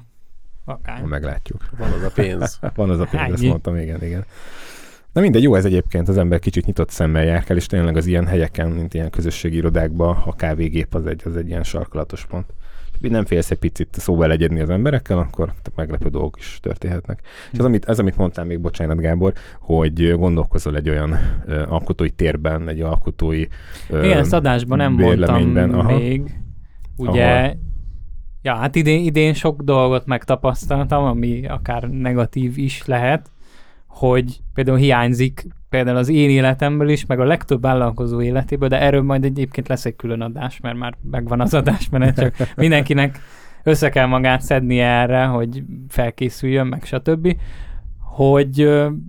[SPEAKER 1] Akár.
[SPEAKER 2] Meglátjuk.
[SPEAKER 3] Van az a pénz.
[SPEAKER 2] Van az a pénz, ezt mondtam, igen. Na mindegy, jó ez egyébként, az ember kicsit nyitott szemmel járkál, és tényleg az ilyen helyeken, mint ilyen közösségi irodákban, a kávégép az egy ilyen sarkalatos pont. Nem félsz egy picit szóval legyedni az emberekkel, akkor meglepő dolgok is történhetnek. És amit mondtál még, bocsánat Gábor, hogy gondolkozol egy olyan alkotói térben, egy alkotói
[SPEAKER 1] igen, ezt adásban nem mondtam még. Ugye, ja, hát idén sok dolgot megtapasztaltam, ami akár negatív is lehet, hogy például hiányzik például az én életemből is, meg a legtöbb vállalkozó életéből, de erről majd egyébként lesz egy külön adás, mert már megvan az adásmenet, csak mindenkinek össze kell magát szedni erre, hogy felkészüljön, meg stb., hogy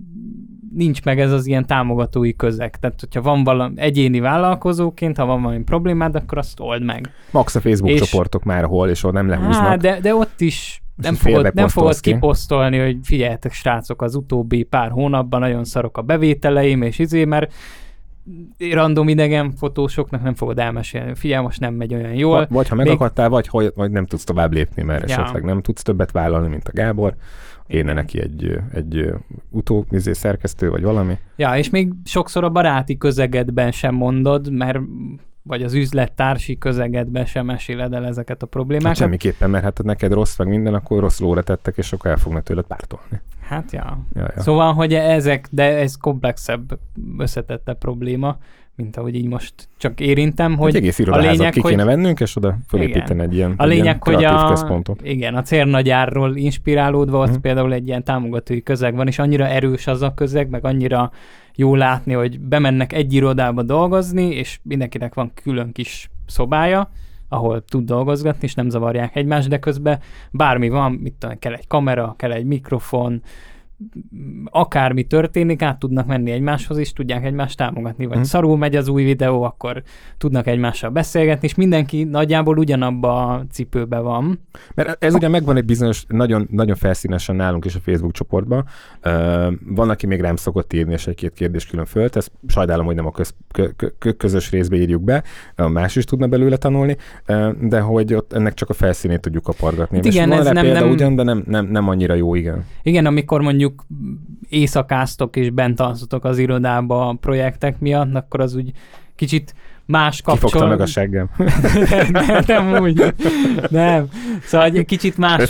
[SPEAKER 1] nincs meg ez az ilyen támogatói közeg. Tehát, hogyha van valami egyéni vállalkozóként, ha van valami problémád, akkor azt old meg.
[SPEAKER 2] Max a Facebook csoportok már hol, és ott nem lehúznak.
[SPEAKER 1] De ott is nem fogod kiposztolni, hogy figyeljetek srácok, az utóbbi pár hónapban nagyon szarok a bevételeim, és mert random idegen fotósoknak nem fogod elmesélni. Figyelj, most nem megy olyan jól.
[SPEAKER 2] Vagy ha megakadtál, vagy nem tudsz tovább lépni, mert esetleg nem tudsz többet vállalni, mint a Gábor. Érne neki egy szerkesztő, vagy valami. Ja,
[SPEAKER 1] és még sokszor a baráti közegedben sem mondod, mert vagy az üzlettársi közegedben sem meséled el ezeket a problémákat.
[SPEAKER 2] Hát semmiképpen, mert hát neked rossz, meg minden, akkor rossz lóra tettek, és akkor el fognak tőled pártolni.
[SPEAKER 1] Hát ja. Szóval, hogy ez komplexebb, összetettebb probléma, mint ahogy így most csak érintem, hogy
[SPEAKER 2] egész irodaházat ki kéne vennünk, és oda fölépíteni egy ilyen kreatív központot.
[SPEAKER 1] Igen, a cérnagyárról inspirálódva ott például egy ilyen támogatói közeg van, és annyira erős az a közeg, meg annyira jó látni, hogy bemennek egy irodába dolgozni, és mindenkinek van külön kis szobája, ahol tud dolgozgatni, és nem zavarják egymást, de közben bármi van, mit tudom, kell egy kamera, kell egy mikrofon, akármi történik, át tudnak menni egymáshoz, és tudják egymást támogatni, vagy szarul megy az új videó, akkor tudnak egymással beszélgetni, és mindenki nagyjából ugyanabba a cipőbe van.
[SPEAKER 2] Mert ez ugye megvan egy bizonyos, nagyon, nagyon felszínesen nálunk is a Facebook csoportban. Van, aki még rám szokott írni, és egy-két kérdést külön föltesz. Sajnálom, hogy nem a közös részbe írjuk be, más is tudna belőle tanulni, de hogy ott ennek csak a felszínét tudjuk kapargatni. Hát igen, ez nem ugyan, de nem annyira jó, igen.
[SPEAKER 1] Igen, amikor mondjuk éjszakáztok és bent alszotok az irodába a projektek miatt, akkor az úgy kicsit más kapcsolat.
[SPEAKER 2] Kifogta meg a seggem.
[SPEAKER 1] nem úgy. Nem. Szóval egy kicsit más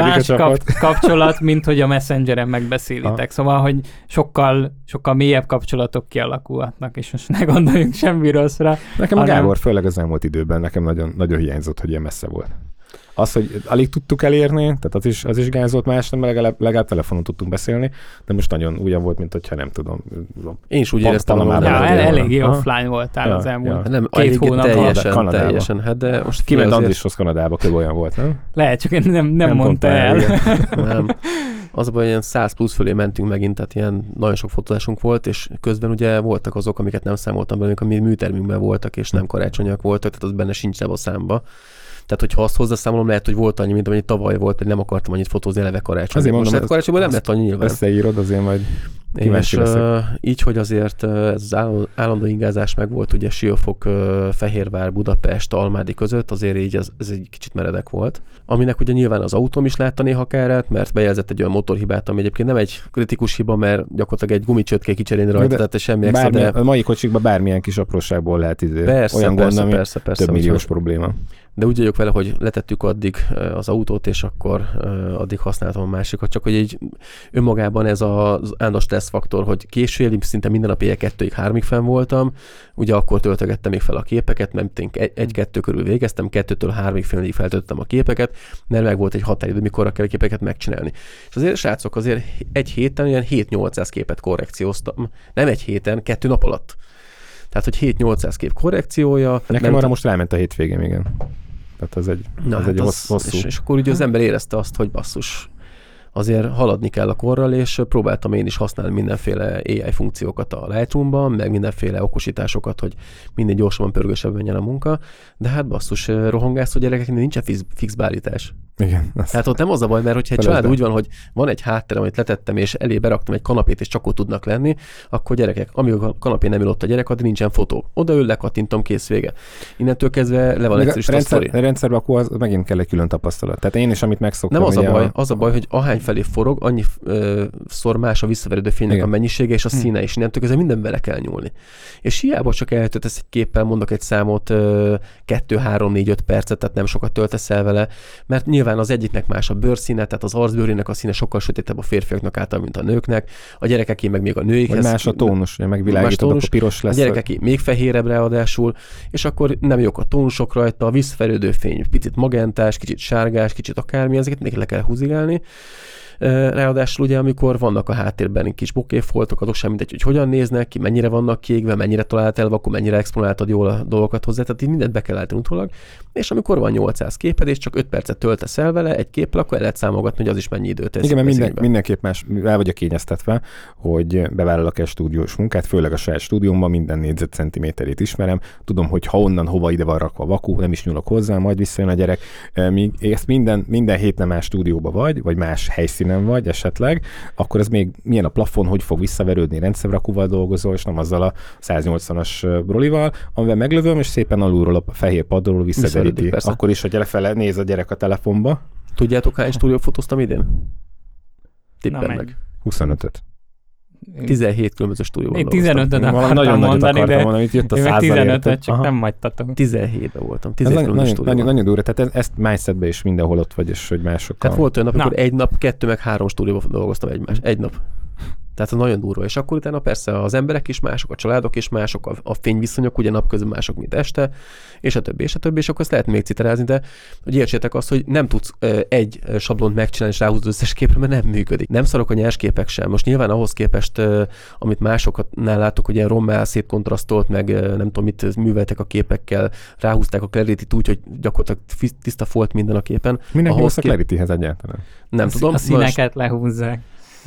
[SPEAKER 1] kapcsolat, mint hogy a Messengeren megbeszélitek. Szóval, hogy sokkal mélyebb kapcsolatok kialakulhatnak, és most ne gondoljunk semmi rosszra.
[SPEAKER 2] Nekem a Gábor, főleg az elmúlt időben nekem nagyon, nagyon hiányzott, hogy ilyen messze volt. Az, hogy alig tudtuk elérni, tehát az is gázolt más, nem legalább telefonon tudtunk beszélni, de most nagyon ugyan volt, mint hogyha nem tudom.
[SPEAKER 3] Én is úgy éreztem,
[SPEAKER 1] hogy eléggé offline voltál az elmúlt
[SPEAKER 3] nem,
[SPEAKER 1] 2 hónapban.
[SPEAKER 3] Teljesen. Hát de most
[SPEAKER 2] kiment Andrishoz Kanadába, kb. Olyan volt, nem?
[SPEAKER 1] Lehet, csak én nem mondta el.
[SPEAKER 3] Nem. Az abban ilyen 100 plusz fölé mentünk megint, tehát ilyen nagyon sok fotózásunk volt, és közben ugye voltak azok, amiket nem számoltam be, ami műtermünkben voltak, és nem karácsonyak voltak, tehát az benne sincs a számba. Tehát, hogyha azt hozzászámolom, lehet, hogy volt annyi, mint amennyi tavaly volt, hogy nem akartam annyit fotózni eleve karácsonyban. Most mondom, karácsonyban nem lett annyi nyilván.
[SPEAKER 2] Összeírod, azért majd
[SPEAKER 3] és így, hogy azért ez az állandó ingázás meg volt, ugye Siófok, Fehérvár, Budapest, Almádi között, azért így ez egy kicsit meredek volt. Aminek ugye nyilván az autóm is látta néha kárát, mert bejelzett egy olyan motorhibát, ami egyébként nem egy kritikus hiba, mert gyakorlatilag egy gumicsőt kell kicserélni rajta, tehát semmi extra, de...
[SPEAKER 2] A mai kocsikban bármilyen kis apróságból lehet
[SPEAKER 3] olyan gond, persze,
[SPEAKER 2] több milliós probléma.
[SPEAKER 3] De úgy vagyok vele, hogy letettük addig az autót, és akkor addig használtam a másikat. Csak hogy így önmagában ez az állandó stresszfaktor, hogy később szinte minden nap éjjel 2-ig, 3-ig fenn voltam, ugye akkor töltögettem még fel a képeket, mert én 1-2 körül végeztem, 2-től 3-ig félig feltöltöttem a képeket, mert meg volt egy határidő, mikor kell a képeket megcsinálni. És azért, srácok, azért egy héten ilyen 7-800 képet korrekcióztam. Nem egy héten, 2 nap alatt. Tehát, hogy 7-800 kép korrekciója.
[SPEAKER 2] Nekem arra most ráment a hétvégén, igen. Tehát ez egy hosszú.
[SPEAKER 3] És akkor ugye az ember érezte azt, hogy basszus, azért haladni kell a korral, és próbáltam én is használni mindenféle AI funkciókat a Lightroom-ban, meg mindenféle okosításokat, hogy minél gyorsabban, pörgősebben menjen a munka, de hát basszus, rohangászó gyerekeknek nincsen fix beállítás.
[SPEAKER 2] Igen.
[SPEAKER 3] Tehát ott nem az a baj, mert hogyha egy család úgy van, hogy van egy háttere, amit letettem, és elé beraktam egy kanapét, és csak ott tudnak lenni, akkor gyerekek, amíg a kanapén nem ül ott a gyerek, addig nincsen fotó. Odaül, lekattintom, kész, vége. Innentől kezdve le van egyszerűsítve a sztori.
[SPEAKER 2] A rendszerben akkor az megint kell egy külön tapasztalat. Tehát én is, amit megszoktam.
[SPEAKER 3] Nem az a baj, hogy ahány felé forog, annyi szor más a visszaverődő fénynek a mennyisége és a színe is. Innentől kezdve minden vele kell nyúlni. És hiába csak eltöltesz egy képpel, mondok egy számot, 2, 3, 4, 5 percet, tehát nem sokat töltesz el vele, mert nyilván az egyiknek más a bőrszíne, tehát az arcbőrének a színe sokkal sötétebb a férfiaknak által, mint a nőknek, a gyerekeké meg még a nőikhez.
[SPEAKER 2] Vagy más a tónus, megvilágítod, akkor piros lesz.
[SPEAKER 3] A gyerekeké még fehérebb ráadásul, és akkor nem jók a tónusok rajta, a visszaverődő fény picit magentás, kicsit sárgás, kicsit akármi, ezeket még le kell húzigálni. Ráadásul ugye, amikor vannak a háttérben kis bokéfoltok, azok sem mindegy, hogy hogyan néznek ki, mennyire vannak kiégve, mennyire talált el, akkor mennyire exponáltad jól a dolgokat hozzá, tehát így mindent be kell állítani utólag. És amikor van 800 képed, és csak 5 percet töltesz el vele egy képpel, akkor el lehet számolgatni, hogy az is mennyi időt tesz.
[SPEAKER 2] Igen, mert mindenképp más, el vagyok kényeztetve, hogy bevállalok egy stúdiós munkát, főleg a saját stúdiómban minden négyzetcentiméterét ismerem, tudom, hogy ha onnan hova ide van rakva a vaku, nem is nyúlok hozzá, majd visszajön a gyerek. Ezt minden héten más stúdióba vagy más helyszínen vagy esetleg, akkor ez még milyen a plafon, hogy fog visszaverődni, rendszerrakóval dolgozol, és nem azzal a 180-as brolival, amivel meglövöm, és szépen alulról a fehér padról visszaderíti. Akkor is, hogy lefele néz a gyerek a telefonba.
[SPEAKER 3] Tudjátok, hány stúdiófotóztam idén? Tippen meg.
[SPEAKER 2] 25-öt.
[SPEAKER 3] 17 különböző stúdióban
[SPEAKER 1] én 15-öt
[SPEAKER 2] akartam mondani, de
[SPEAKER 1] amit
[SPEAKER 2] jött a
[SPEAKER 1] 15-öt, csak nem hagytatok.
[SPEAKER 3] 17-ben voltam. 17 különböző stúdióban.
[SPEAKER 2] Nagyon durva, tehát ezt mindsetben is mindenhol ott vagy, és hogy másokkal.
[SPEAKER 3] Tehát volt olyan nap, amikor egy nap 2 meg 3 stúdióban dolgoztam egy nap. Tehát nagyon durva. És akkor utána persze az emberek is mások, a családok is mások, a fényviszonyok ugye napközben mások, mint este, és a többi, és akkor ezt lehet még citerázni, de hogy értsétek azt, hogy nem tudsz egy sablont megcsinálni és ráhúzni az összes képre, mert nem működik. Nem szarok a nyersképek sem. Most nyilván ahhoz képest, amit másoknál látok, hogy ilyen rommel szétkontrasztolt, meg nem tudom mit műveltek a képekkel, ráhúzták a Clarity-t úgy, hogy gyakorlatilag tiszta volt minden a képen.
[SPEAKER 2] Mindenki a Clarity-hez egyáltalán.
[SPEAKER 3] Nem tudom.
[SPEAKER 1] A színeket lehúzzák.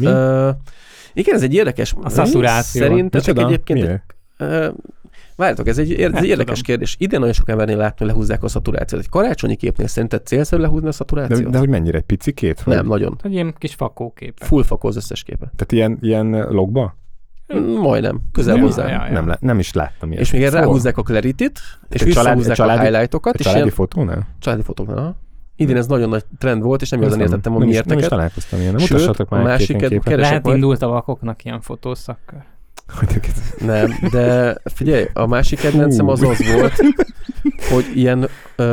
[SPEAKER 3] Igen, ez egy érdekes...
[SPEAKER 1] A szaturáció.
[SPEAKER 3] Szerintetek egyébként... Várjátok, ez egy érdekes kérdés. Idén nagyon sok embernél látni, hogy lehúzzák a szaturációt. Egy karácsonyi képnél szerinted célszerű lehúzni a szaturációt?
[SPEAKER 2] De hogy mennyire? Egy pici kép?
[SPEAKER 3] Nem, nagyon.
[SPEAKER 1] Egy ilyen kis fakókép.
[SPEAKER 3] Full fakó az összes képe.
[SPEAKER 2] Tehát ilyen logba?
[SPEAKER 3] Majdnem. Közel hozzá.
[SPEAKER 2] Nem is láttam ilyet.
[SPEAKER 3] És még ráhúzzák a Clarity-t, és visszahúzzák a highlightokat.
[SPEAKER 2] Családi fotónál?
[SPEAKER 3] Családi fotóknál, Idén ez nagyon nagy trend volt, és nem igazán értettem a miérteket.
[SPEAKER 2] Nem is találkoztam ilyen.
[SPEAKER 3] Sőt, a másiket
[SPEAKER 1] lehet indult a vakoknak ilyen fotószakkör.
[SPEAKER 3] Nem, de figyelj, a másik kedvencem az volt, hogy ilyen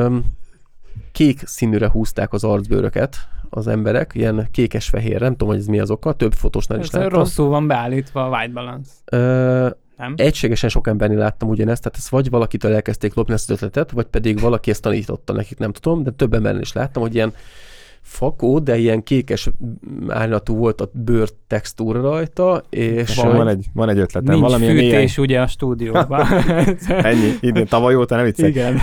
[SPEAKER 3] kék színűre húzták az arcbőröket az emberek, ilyen kékes-fehér, nem tudom, hogy ez mi az oka, több fotósnál is láttam.
[SPEAKER 1] Rosszul van beállítva a white balance. Nem?
[SPEAKER 3] Egységesen sok embernél láttam ugyanezt, tehát ezt vagy valakitől elkezdték lopni ezt az ötletet, vagy pedig valaki ezt tanította nekik, nem tudom, de több embernél is láttam, hogy ilyen fakó, de ilyen kékes árnyatú volt a bőr textúra rajta, és...
[SPEAKER 2] Van egy ötletem.
[SPEAKER 1] Nincs
[SPEAKER 2] valamilyen
[SPEAKER 1] fűtés ugye a stúdióban.
[SPEAKER 2] Ennyi, idén tavaly óta nem viccelj.
[SPEAKER 1] Igen.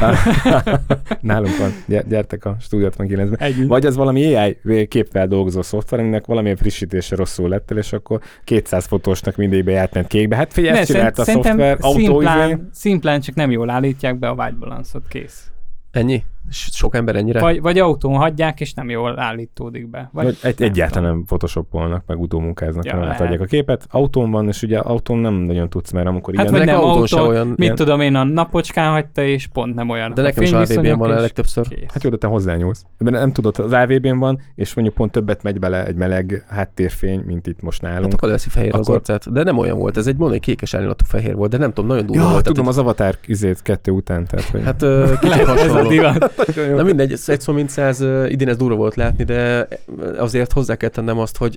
[SPEAKER 2] Nálunk van, gyertek a Stúdió 69-be. Vagy az valami AI képpel dolgozó szoftver, aminek valamilyen frissítése rosszul lett, és akkor 200 fotósnak mindegyikbe átment kékbe. Hát figyelj, ezt csinálta a szoftver,
[SPEAKER 1] szimplán csak nem jól állítják be a white balance-ot, kész.
[SPEAKER 3] Ennyi? Sok ember ennyire?
[SPEAKER 1] Vagy autón hagyják, és nem jól állítódik be.
[SPEAKER 2] Vagy egyáltalán nem photoshopolnak, meg utómunkáznak, nem átadják a képet. Autón van, és ugye autón nem nagyon tudsz, mert amikor
[SPEAKER 1] hát ilyen... Hát vagy nem autón, olyan, mit tudom én, a napocskán hagyta, és pont nem olyan.
[SPEAKER 3] De nekem is AVB-n van a legtöbbször.
[SPEAKER 2] Hát jó, de te hozzányúlsz. De nem tudod, az AVB-n van, és mondjuk pont többet megy bele egy meleg háttérfény, mint itt most nálunk.
[SPEAKER 3] Hát akkor lesz fehér az arcát, de nem olyan volt. Ez egy mondani kékes árnyalatú fehér volt, de nem tudom, nagyon durva volt.
[SPEAKER 2] Tudom, az Avatar 2 után.
[SPEAKER 3] Hát kicsit hasonló. Na mindegy, egy szó mint 100, idén ez durva volt látni, de azért hozzá kell tennem azt, hogy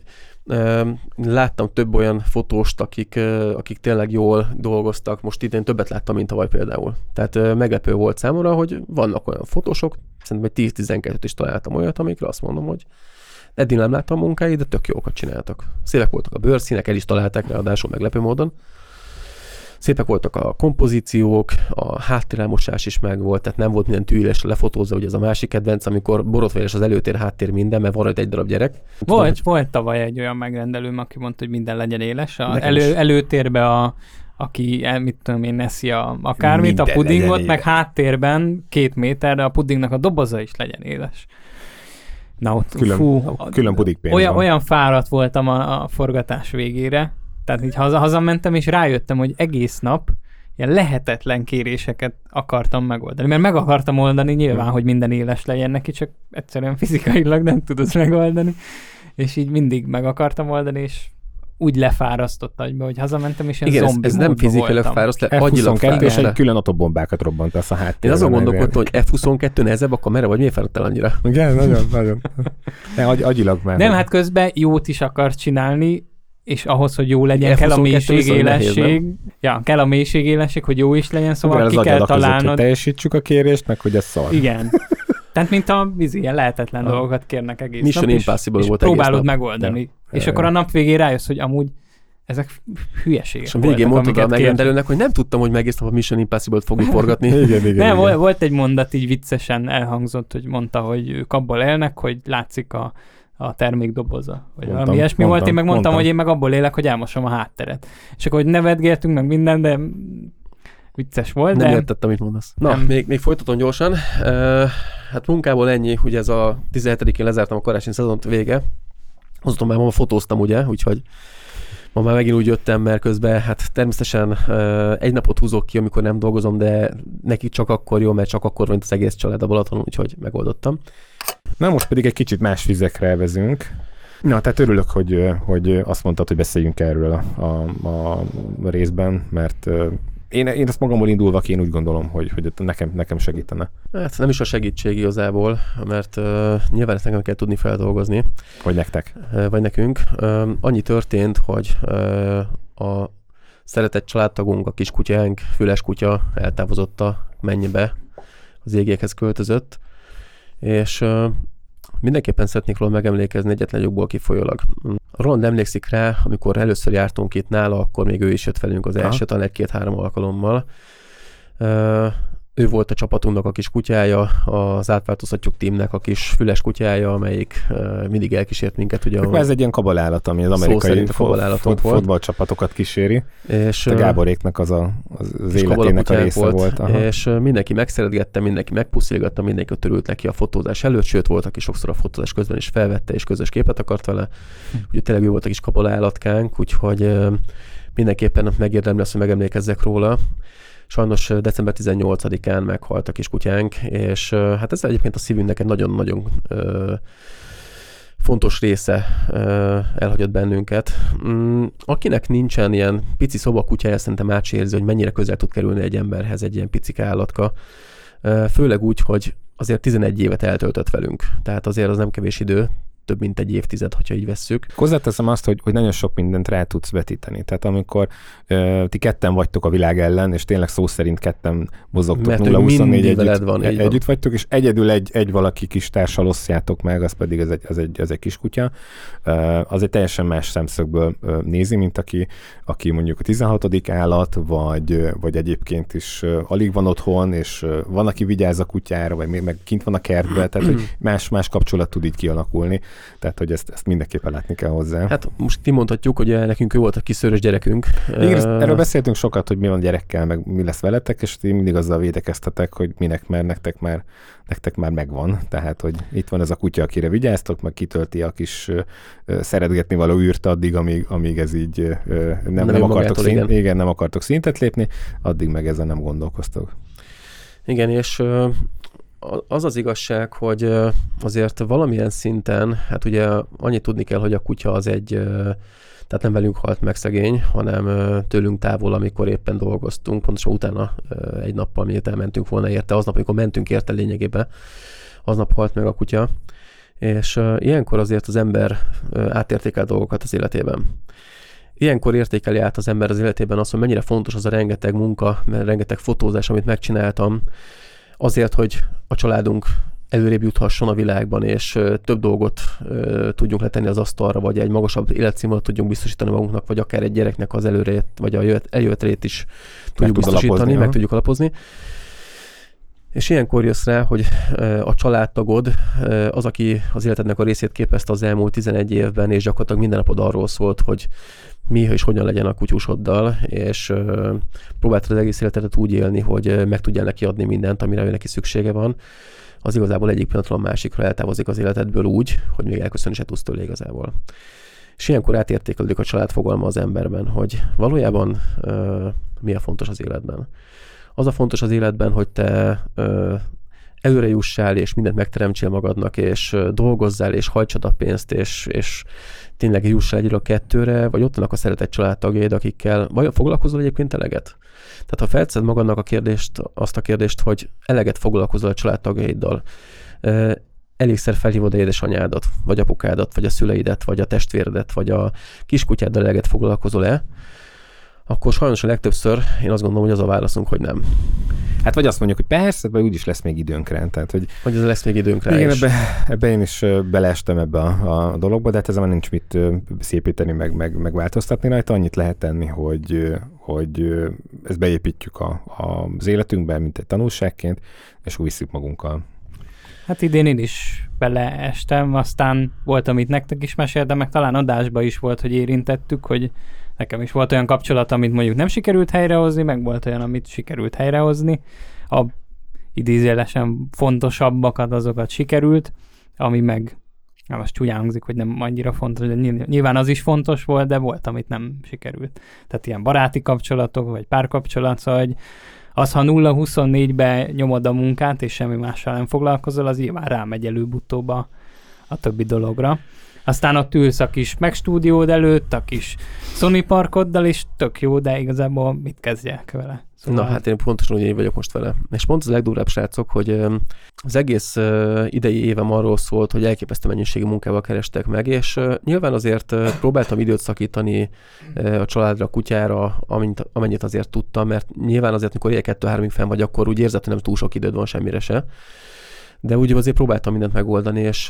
[SPEAKER 3] láttam több olyan fotóst, akik tényleg jól dolgoztak. Most idén többet láttam, mint tavaly például. Tehát meglepő volt számomra, hogy vannak olyan fotósok, szerintem egy 10-12-t is találtam olyat, amikre azt mondom, hogy eddig nem láttam munkáit, de tök jókat csináltak. Szépek voltak a bőrszínek, el is találták ráadásul meglepő módon. Szépek voltak a kompozíciók, a háttérelmosás is megvolt, tehát nem volt minden tűélesre lefotózva, ugye ez a másik kedvenc, amikor borotvéres az előtér, háttér minden, mert van rajta egy darab gyerek.
[SPEAKER 1] Volt tavaly egy olyan megrendelőm, aki mondta, hogy minden legyen éles. Előtérbe aki, mit tudom én, eszi akármit, minden a pudingot, meg háttérben 2 méterre a pudingnak a doboza is legyen éles. Na ott,
[SPEAKER 2] külön pudingpénz
[SPEAKER 1] olyan fáradt voltam a forgatás végére, tehát így hazamentem, és rájöttem, hogy egész nap ilyen lehetetlen kéréseket akartam megoldani. Mert meg akartam oldani nyilván, hogy minden éles legyen neki, csak egyszerűen fizikailag nem tudod megoldani. És így mindig meg akartam oldani, és úgy lefárasztott agyba, hogy hazamentem, és ilyen zombi
[SPEAKER 3] ez nem fizikailag fáraszt, agyilag
[SPEAKER 2] fáraszt. És egy külön atombbombákat robbantasz a háttérben.
[SPEAKER 3] Én azon gondolkodtam, hogy F-22 nehezebb a kamera, vagy miért fáradt el annyira?
[SPEAKER 2] Igen, nagyon. Agyilag már.
[SPEAKER 1] Nem, hát közben jót is akar csinálni, és ahhoz, hogy jó legyen, kell a mélységélesség. Kell a mélységélesség, hogy jó is legyen, szóval ki kell találnod.
[SPEAKER 2] Hogy teljesítsük a kérést, meg hogy ez szar.
[SPEAKER 1] Igen. Tehát, mint a ilyen lehetetlen dolgokat kérnek egész
[SPEAKER 3] Mission
[SPEAKER 1] nap,
[SPEAKER 3] Impossible volt
[SPEAKER 1] próbálod megoldani. És akkor a nap végén rájössz, hogy amúgy ezek hülyeségek.
[SPEAKER 3] És a végén mondtad a megrendelőnek, hogy nem tudtam, hogy egész nap a Mission Impossible-t fogjuk forgatni.
[SPEAKER 2] Igen.
[SPEAKER 1] Nem, volt egy mondat, így viccesen elhangzott, hogy mondta, hogy ők abból élnek, hogy látszik a termék doboza. Vagy valami ilyesmi volt, én meg mondtam, hogy én meg abból élek, hogy elmosom a hátteret. És akkor, hogy nevetgéltünk meg minden, de vicces volt.
[SPEAKER 3] Nem értettem, mit mondasz. Na, még folytatom gyorsan. Hát munkából ennyi, ugye ez a 17-én lezártam a karácsony szezont vége. Azután már ma fotóztam, ugye, úgyhogy ma már megint úgy jöttem, mert közben hát természetesen egy napot húzok ki, amikor nem dolgozom, de neki csak akkor jó, mert csak akkor van az egész család a Balatonon, úgyhogy megoldottam.
[SPEAKER 2] Na most pedig egy kicsit más vizekre elvezünk. Na, tehát örülök, hogy azt mondtad, hogy beszéljünk erről a részben, mert Én ezt magamból indulva én úgy gondolom, hogy nekem segítene.
[SPEAKER 3] Hát nem is a segítség igazából, mert nyilván ezt nekem kell tudni feldolgozni.
[SPEAKER 2] Vagy nektek.
[SPEAKER 3] Vagy nekünk. Annyi történt, hogy a szeretett családtagunk, a kiskutyánk, Füles kutya eltávozott a mennybe, az égékhez költözött, és mindenképpen szeretnék róla megemlékezni egyetlen jogból kifolyólag. Roland emlékszik rá, amikor először jártunk itt nála, akkor még ő is jött velünk az első, talán 1-2-3 alkalommal. Ő volt a csapatunknak a kis kutyája, az Átváltoztatjuk teamnek a kis Füles kutyája, amelyik mindig elkísért minket. Ugye
[SPEAKER 2] ez egy ilyen kabalállat, ami az amerikai fotballcsapatokat kíséri. És a Gáboréknak az életének a része volt.
[SPEAKER 3] És mindenki megszeretgette, mindenki megpuszilgatta, mindenki örült neki a fotózás előtt, sőt volt, aki sokszor a fotózás közben is felvette, és közös képet akart vele. Ugye tényleg ő volt a kis kabalállatkánk, úgyhogy mindenképpen megérdemli azt, hogy megemlékezzek róla. Sajnos december 18-án meghalt a kiskutyánk, és hát ez egyébként a szívünknek egy nagyon-nagyon fontos része elhagyott bennünket. Akinek nincsen ilyen pici szobakutyája, szerintem átérzi, hogy mennyire közel tud kerülni egy emberhez egy ilyen picike állatka. Főleg úgy, hogy azért 11 évet eltöltött velünk, tehát azért az nem kevés idő, több mint egy évtized, ha így vesszük.
[SPEAKER 2] Hozzáteszem azt, hogy nagyon sok mindent rá tudsz vetíteni. Tehát amikor ti ketten vagytok a világ ellen, és tényleg szó szerint ketten mozogtok 0-24 együtt vagytok, és egyedül egy valaki kis társal osztjátok meg, az pedig ez egy kis kutya, az egy teljesen más szemszögből nézi, mint aki mondjuk a 16. állat, vagy egyébként is alig van otthon, és van, aki vigyáz a kutyára, vagy meg kint van a kertben, tehát hogy más kapcsolat tud így kialakulni. Tehát, hogy ezt mindenképpen látni kell hozzá.
[SPEAKER 3] Hát most kimondhatjuk, hogy nekünk ő volt a kiszőrös gyerekünk.
[SPEAKER 2] Igen, erről beszéltünk sokat, hogy mi van gyerekkel, meg mi lesz veletek, és én mindig azzal védekeztetek, hogy minek, mert nektek már megvan. Tehát, hogy itt van ez a kutya, akire vigyáztok, meg kitölti a kis szeretgetni való űrt addig, amíg ez így nem akartok szintet lépni, addig meg ezen nem gondolkoztok.
[SPEAKER 3] Igen, és az az igazság, hogy azért valamilyen szinten, hát ugye annyit tudni kell, hogy a kutya az tehát nem velünk halt meg szegény, hanem tőlünk távol, amikor éppen dolgoztunk, pontosan utána egy nappal, miért elmentünk volna érte, aznap, amikor mentünk érte lényegében, aznap halt meg a kutya, és ilyenkor azért az ember átértékel dolgokat az életében. Ilyenkor értékeli át az ember az életében azt, hogy mennyire fontos az a rengeteg munka, rengeteg fotózás, amit megcsináltam, azért, hogy a családunk előrébb juthasson a világban, és több dolgot tudjunk letenni az asztalra, vagy egy magasabb életszínvonalat tudjunk biztosítani magunknak, vagy akár egy gyereknek az előrét, vagy a eljövetelét is tudjuk biztosítani, meg tudjuk alapozni. És ilyenkor jössz rá, hogy a családtagod az, aki az életednek a részét képezte az elmúlt 11 évben, és gyakorlatilag minden napod arról szólt, hogy mi és hogyan legyen a kutyusoddal, és próbáltad az egész életedet úgy élni, hogy meg tudjál neki adni mindent, amire ő neki szüksége van, az igazából egyik pillanatról a másikra eltávozik az életedből úgy, hogy még elköszönni se tudsz tőle igazából. És ilyenkor átértékelődik a család fogalma az emberben, hogy valójában mi a fontos az életben. Az a fontos az életben, hogy te előre jussál, és mindent megteremtsél magadnak, és dolgozzál, és hajtsad a pénzt, és tényleg jussál egyről a kettőre, vagy ott vannak a szeretett családtagjaid, akikkel vajon foglalkozol egyébként eleget? Tehát ha felteszed magadnak azt a kérdést, hogy eleget foglalkozol a családtagjaiddal, elégszer felhívod a édesanyádat, vagy apukádat, vagy a szüleidet, vagy a testvéredet, vagy a kiskutyáddal eleget foglalkozol-e, akkor sajnos a legtöbbször én azt gondolom, hogy az a válaszunk, hogy nem.
[SPEAKER 2] Hát vagy azt mondjuk, hogy persze, vagy úgyis lesz még időnk rá. Tehát, hogy
[SPEAKER 3] ez lesz még időnk rá.
[SPEAKER 2] Igen, ebbe én is beleestem ebbe a dologba, de hát ezzel már nincs mit szépíteni, meg változtatni rajta. Annyit lehet tenni, hogy ezt beépítjük az életünkbe, mint egy tanulságként, és úgy visszük magunkkal.
[SPEAKER 1] Hát idén én is beleestem, aztán volt, amit nektek is meséltem, meg talán adásban is volt, hogy érintettük, hogy nekem is volt olyan kapcsolat, amit mondjuk nem sikerült helyrehozni, meg volt olyan, amit sikerült helyrehozni. A idézőjelesen fontosabbakat, azokat sikerült, ami meg, most csúnyán hangzik, hogy nem annyira fontos, de nyilván az is fontos volt, de volt, amit nem sikerült. Tehát ilyen baráti kapcsolatok, vagy párkapcsolat, szóval, hogy az, ha 0-24-be nyomod a munkát, és semmi mással nem foglalkozol, az nyilván rámegy előbb-utóbb a többi dologra. Aztán ott ülsz a kis Mac stúdiód előtt, a kis Sony parkoddal, és tök jó, de igazából mit kezdjek vele?
[SPEAKER 3] Szóval... Na hát én pontosan úgy vagyok most vele. És pont az legdurvább, srácok, hogy az egész idei évem arról szólt, hogy elképesztő mennyiségű munkával kerestek meg, és nyilván azért próbáltam időt szakítani a családra, a kutyára, amennyit azért tudtam, mert nyilván azért, mikor ilyen 2-3-ig fenn vagy, akkor úgy érzed, hogy nem túl sok időd van semmire se. De úgy azért próbáltam mindent megoldani, és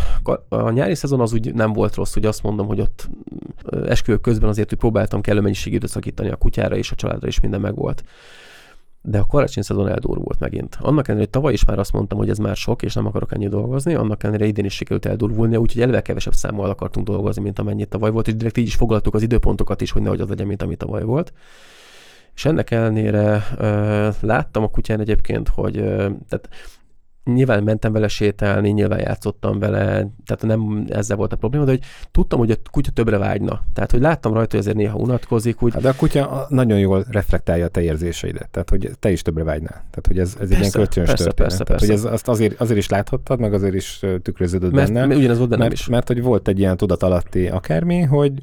[SPEAKER 3] a nyári szezon az úgy nem volt rossz, hogy azt mondom, hogy ott esküvők közben azért úgy próbáltam kellő mennyiségű időt szakítani a kutyára és a családra, és minden megvolt. De a karácsony szezon eldurvult megint. Annak ellenére, hogy tavaly is már azt mondtam, hogy ez már sok, és nem akarok ennyi dolgozni, annak ellenére idén is sikerült eldurvulni, úgyhogy eleve kevesebb számmal akartunk dolgozni, mint amennyit tavaly volt, és direkt így is foglaltuk az időpontokat is, hogy nehogy az legyen, mint ami tavaly volt. És ennek ellenére láttam a kutyán egyébként, hogy tehát nyilván mentem vele sétálni, nyilván játszottam vele, tehát nem ezzel volt a probléma, de hogy tudtam, hogy a kutya többre vágyna. Tehát, hogy láttam rajta, hogy azért néha unatkozik. Úgy...
[SPEAKER 2] De a kutya nagyon jól reflektálja a te érzéseidet, tehát, hogy te is többre vágynál. Tehát, hogy ez egy ilyen kölcsönös történet.
[SPEAKER 3] Persze.
[SPEAKER 2] Hogy azt azért is láthattad, meg azért is tükröződött benne.
[SPEAKER 3] Mert ugyanez volt bennem is.
[SPEAKER 2] Mert hogy volt egy ilyen tudatalatti akármi, hogy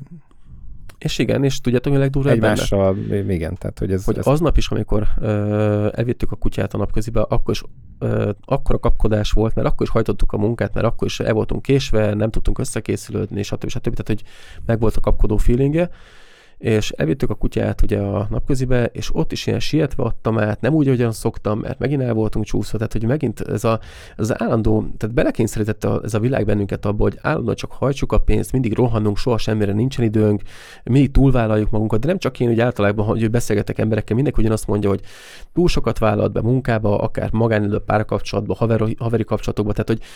[SPEAKER 3] és igen, és tudjátok, mi a legdurvább
[SPEAKER 2] egymással, igen, tehát hogy ez...
[SPEAKER 3] Hogy aznap is, amikor elvittük a kutyát a napközibe, akkor is akkora kapkodás volt, mert akkor is hajtottuk a munkát, mert akkor is el voltunk késve, nem tudtunk összekészülődni, stb. Tehát, hogy megvolt a kapkodó feelingje, és elvittük a kutyát ugye a napközibe, és ott is ilyen sietve adtam át, nem úgy, ahogyan szoktam, mert megint el voltunk csúszva, tehát hogy megint ez az állandó, tehát belekényszerítette ez a világ bennünket abba, hogy állandóan csak hajtsuk a pénzt, mindig rohannunk, soha semmire nincsen időnk, mindig túlvállaljuk magunkat, de nem csak én, hogy általában, hogy beszélgetek emberekkel, mindenki ugyanazt mondja, hogy túl sokat vállalt be munkába, akár magánidő, párkapcsolatba, haveri kapcsolatokba, tehát hogy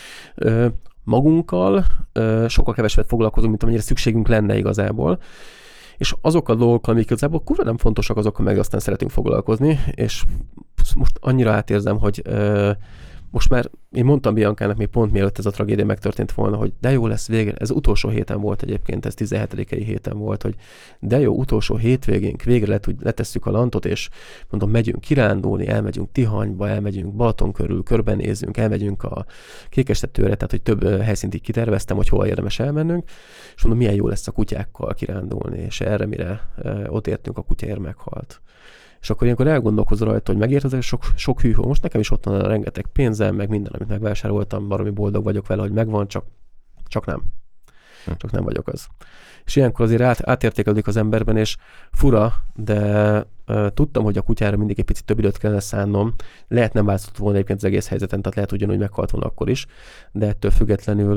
[SPEAKER 3] magunkkal sokkal kevesebbet foglalkozunk, mint amennyire szükségünk lenne igazából. És azok a dolgok, amik igazából kurva nem fontosak, azokkal meg aztán szeretünk foglalkozni, és most annyira átérzem, hogy most már én mondtam Biancának még pont mielőtt ez a tragédia megtörtént volna, hogy de jó lesz végre, ez utolsó héten volt egyébként, ez 17-i héten volt, hogy de jó, utolsó hétvégénk, végre letesszük a lantot, és mondom, megyünk kirándulni, elmegyünk Tihanyba, elmegyünk Balaton körül, körbenézünk, elmegyünk a Kékestetőre, tehát hogy több helyszínt így kiterveztem, hogy hol érdemes elmennünk, és mondom, milyen jó lesz a kutyákkal kirándulni, és erre mire ott értünk, a kutyaér meghalt. És akkor ilyenkor elgondolkozol rajta, hogy megért az sok hűhó. Most nekem is ott van rengeteg pénzem, meg minden, amit megvásároltam, baromi boldog vagyok vele, hogy megvan, csak nem. Csak nem vagyok az. És ilyenkor azért átértékelődik az emberben, és fura, de tudtam, hogy a kutyára mindig egy picit több időt kellene szánnom. Lehet nem változott volna egyébként az egész helyzeten, tehát lehet ugyanúgy meghalt volna akkor is, de ettől függetlenül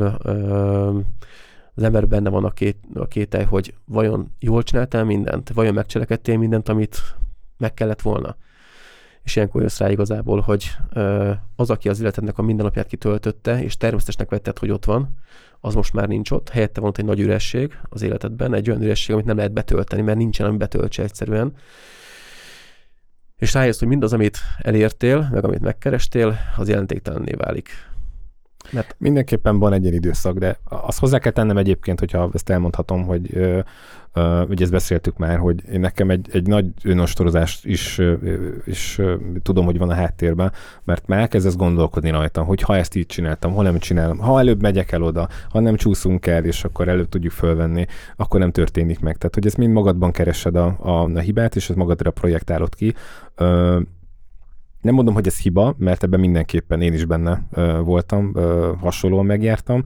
[SPEAKER 3] az ember benne van a kételj, hogy vajon jól csináltál mindent, vajon megcselekedtél mindent, amit meg kellett volna. És ilyenkor jössz rá igazából, hogy az, aki az életednek a mindennapját kitöltötte, és természetesnek vetted, hogy ott van, az most már nincs ott. Helyette van ott egy nagy üresség az életedben, egy olyan üresség, amit nem lehet betölteni, mert nincsen, ami betöltse egyszerűen. És rájössz, hogy mindaz, amit elértél, meg amit megkerestél, az jelentéktelenné válik.
[SPEAKER 2] Mert mindenképpen van egy ilyen időszak, de azt hozzá kell tennem egyébként, hogyha ezt elmondhatom, hogy ugye ezt beszéltük már, hogy én nekem egy nagy önostorozást is tudom, hogy van a háttérben, mert már elkezdesz gondolkodni rajtam, hogy ha ezt így csináltam, ha nem csinálom, ha előbb megyek el oda, ha nem csúszunk el, és akkor előbb tudjuk fölvenni, akkor nem történik meg. Tehát, hogy ezt mind magadban keresed a hibát, és ezt magadra projektálod ki. Nem mondom, hogy ez hiba, mert ebben mindenképpen én is benne voltam, hasonlóan megjártam.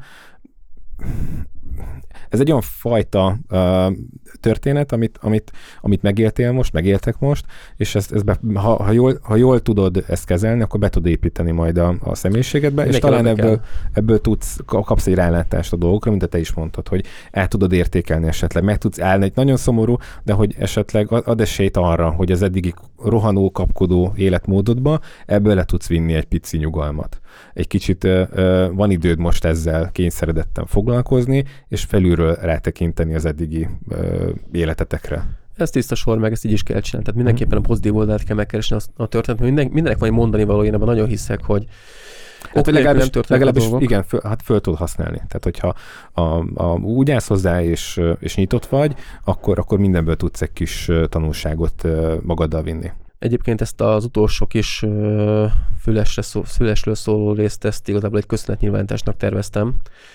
[SPEAKER 2] Ez egy olyan fajta történet, amit megéltek most, és ha jól tudod ezt kezelni, akkor be tudod építeni majd a személyiségedbe, és talán ebből kapsz egy rálátást a dolgokra, mint te is mondtad, hogy el tudod értékelni esetleg, meg tudsz állni, egy nagyon szomorú, de hogy esetleg ad esélyt arra, hogy az eddigi rohanó, kapkodó életmódodba ebből le tudsz vinni egy pici nyugalmat. Egy kicsit van időd most ezzel kényszeredetten foglalkozni, és felülről rátekinteni az eddigi életetekre.
[SPEAKER 3] Ez tiszta sor, meg ezt így is kell csinálni. Tehát mindenképpen a pozitív oldalát kell megkeresni a történetet. Mindenek van egy mondani való, én ebben nagyon hiszek, hogy
[SPEAKER 2] legalábbis igen, föl tud használni. Tehát, hogyha úgy állsz hozzá, és nyitott vagy, akkor mindenből tudsz egy kis tanulságot magaddal vinni.
[SPEAKER 3] Egyébként ezt az utolsó kis fülesről szóló részt, ezt igazából egy köszönetnyilvánításnak terveztem.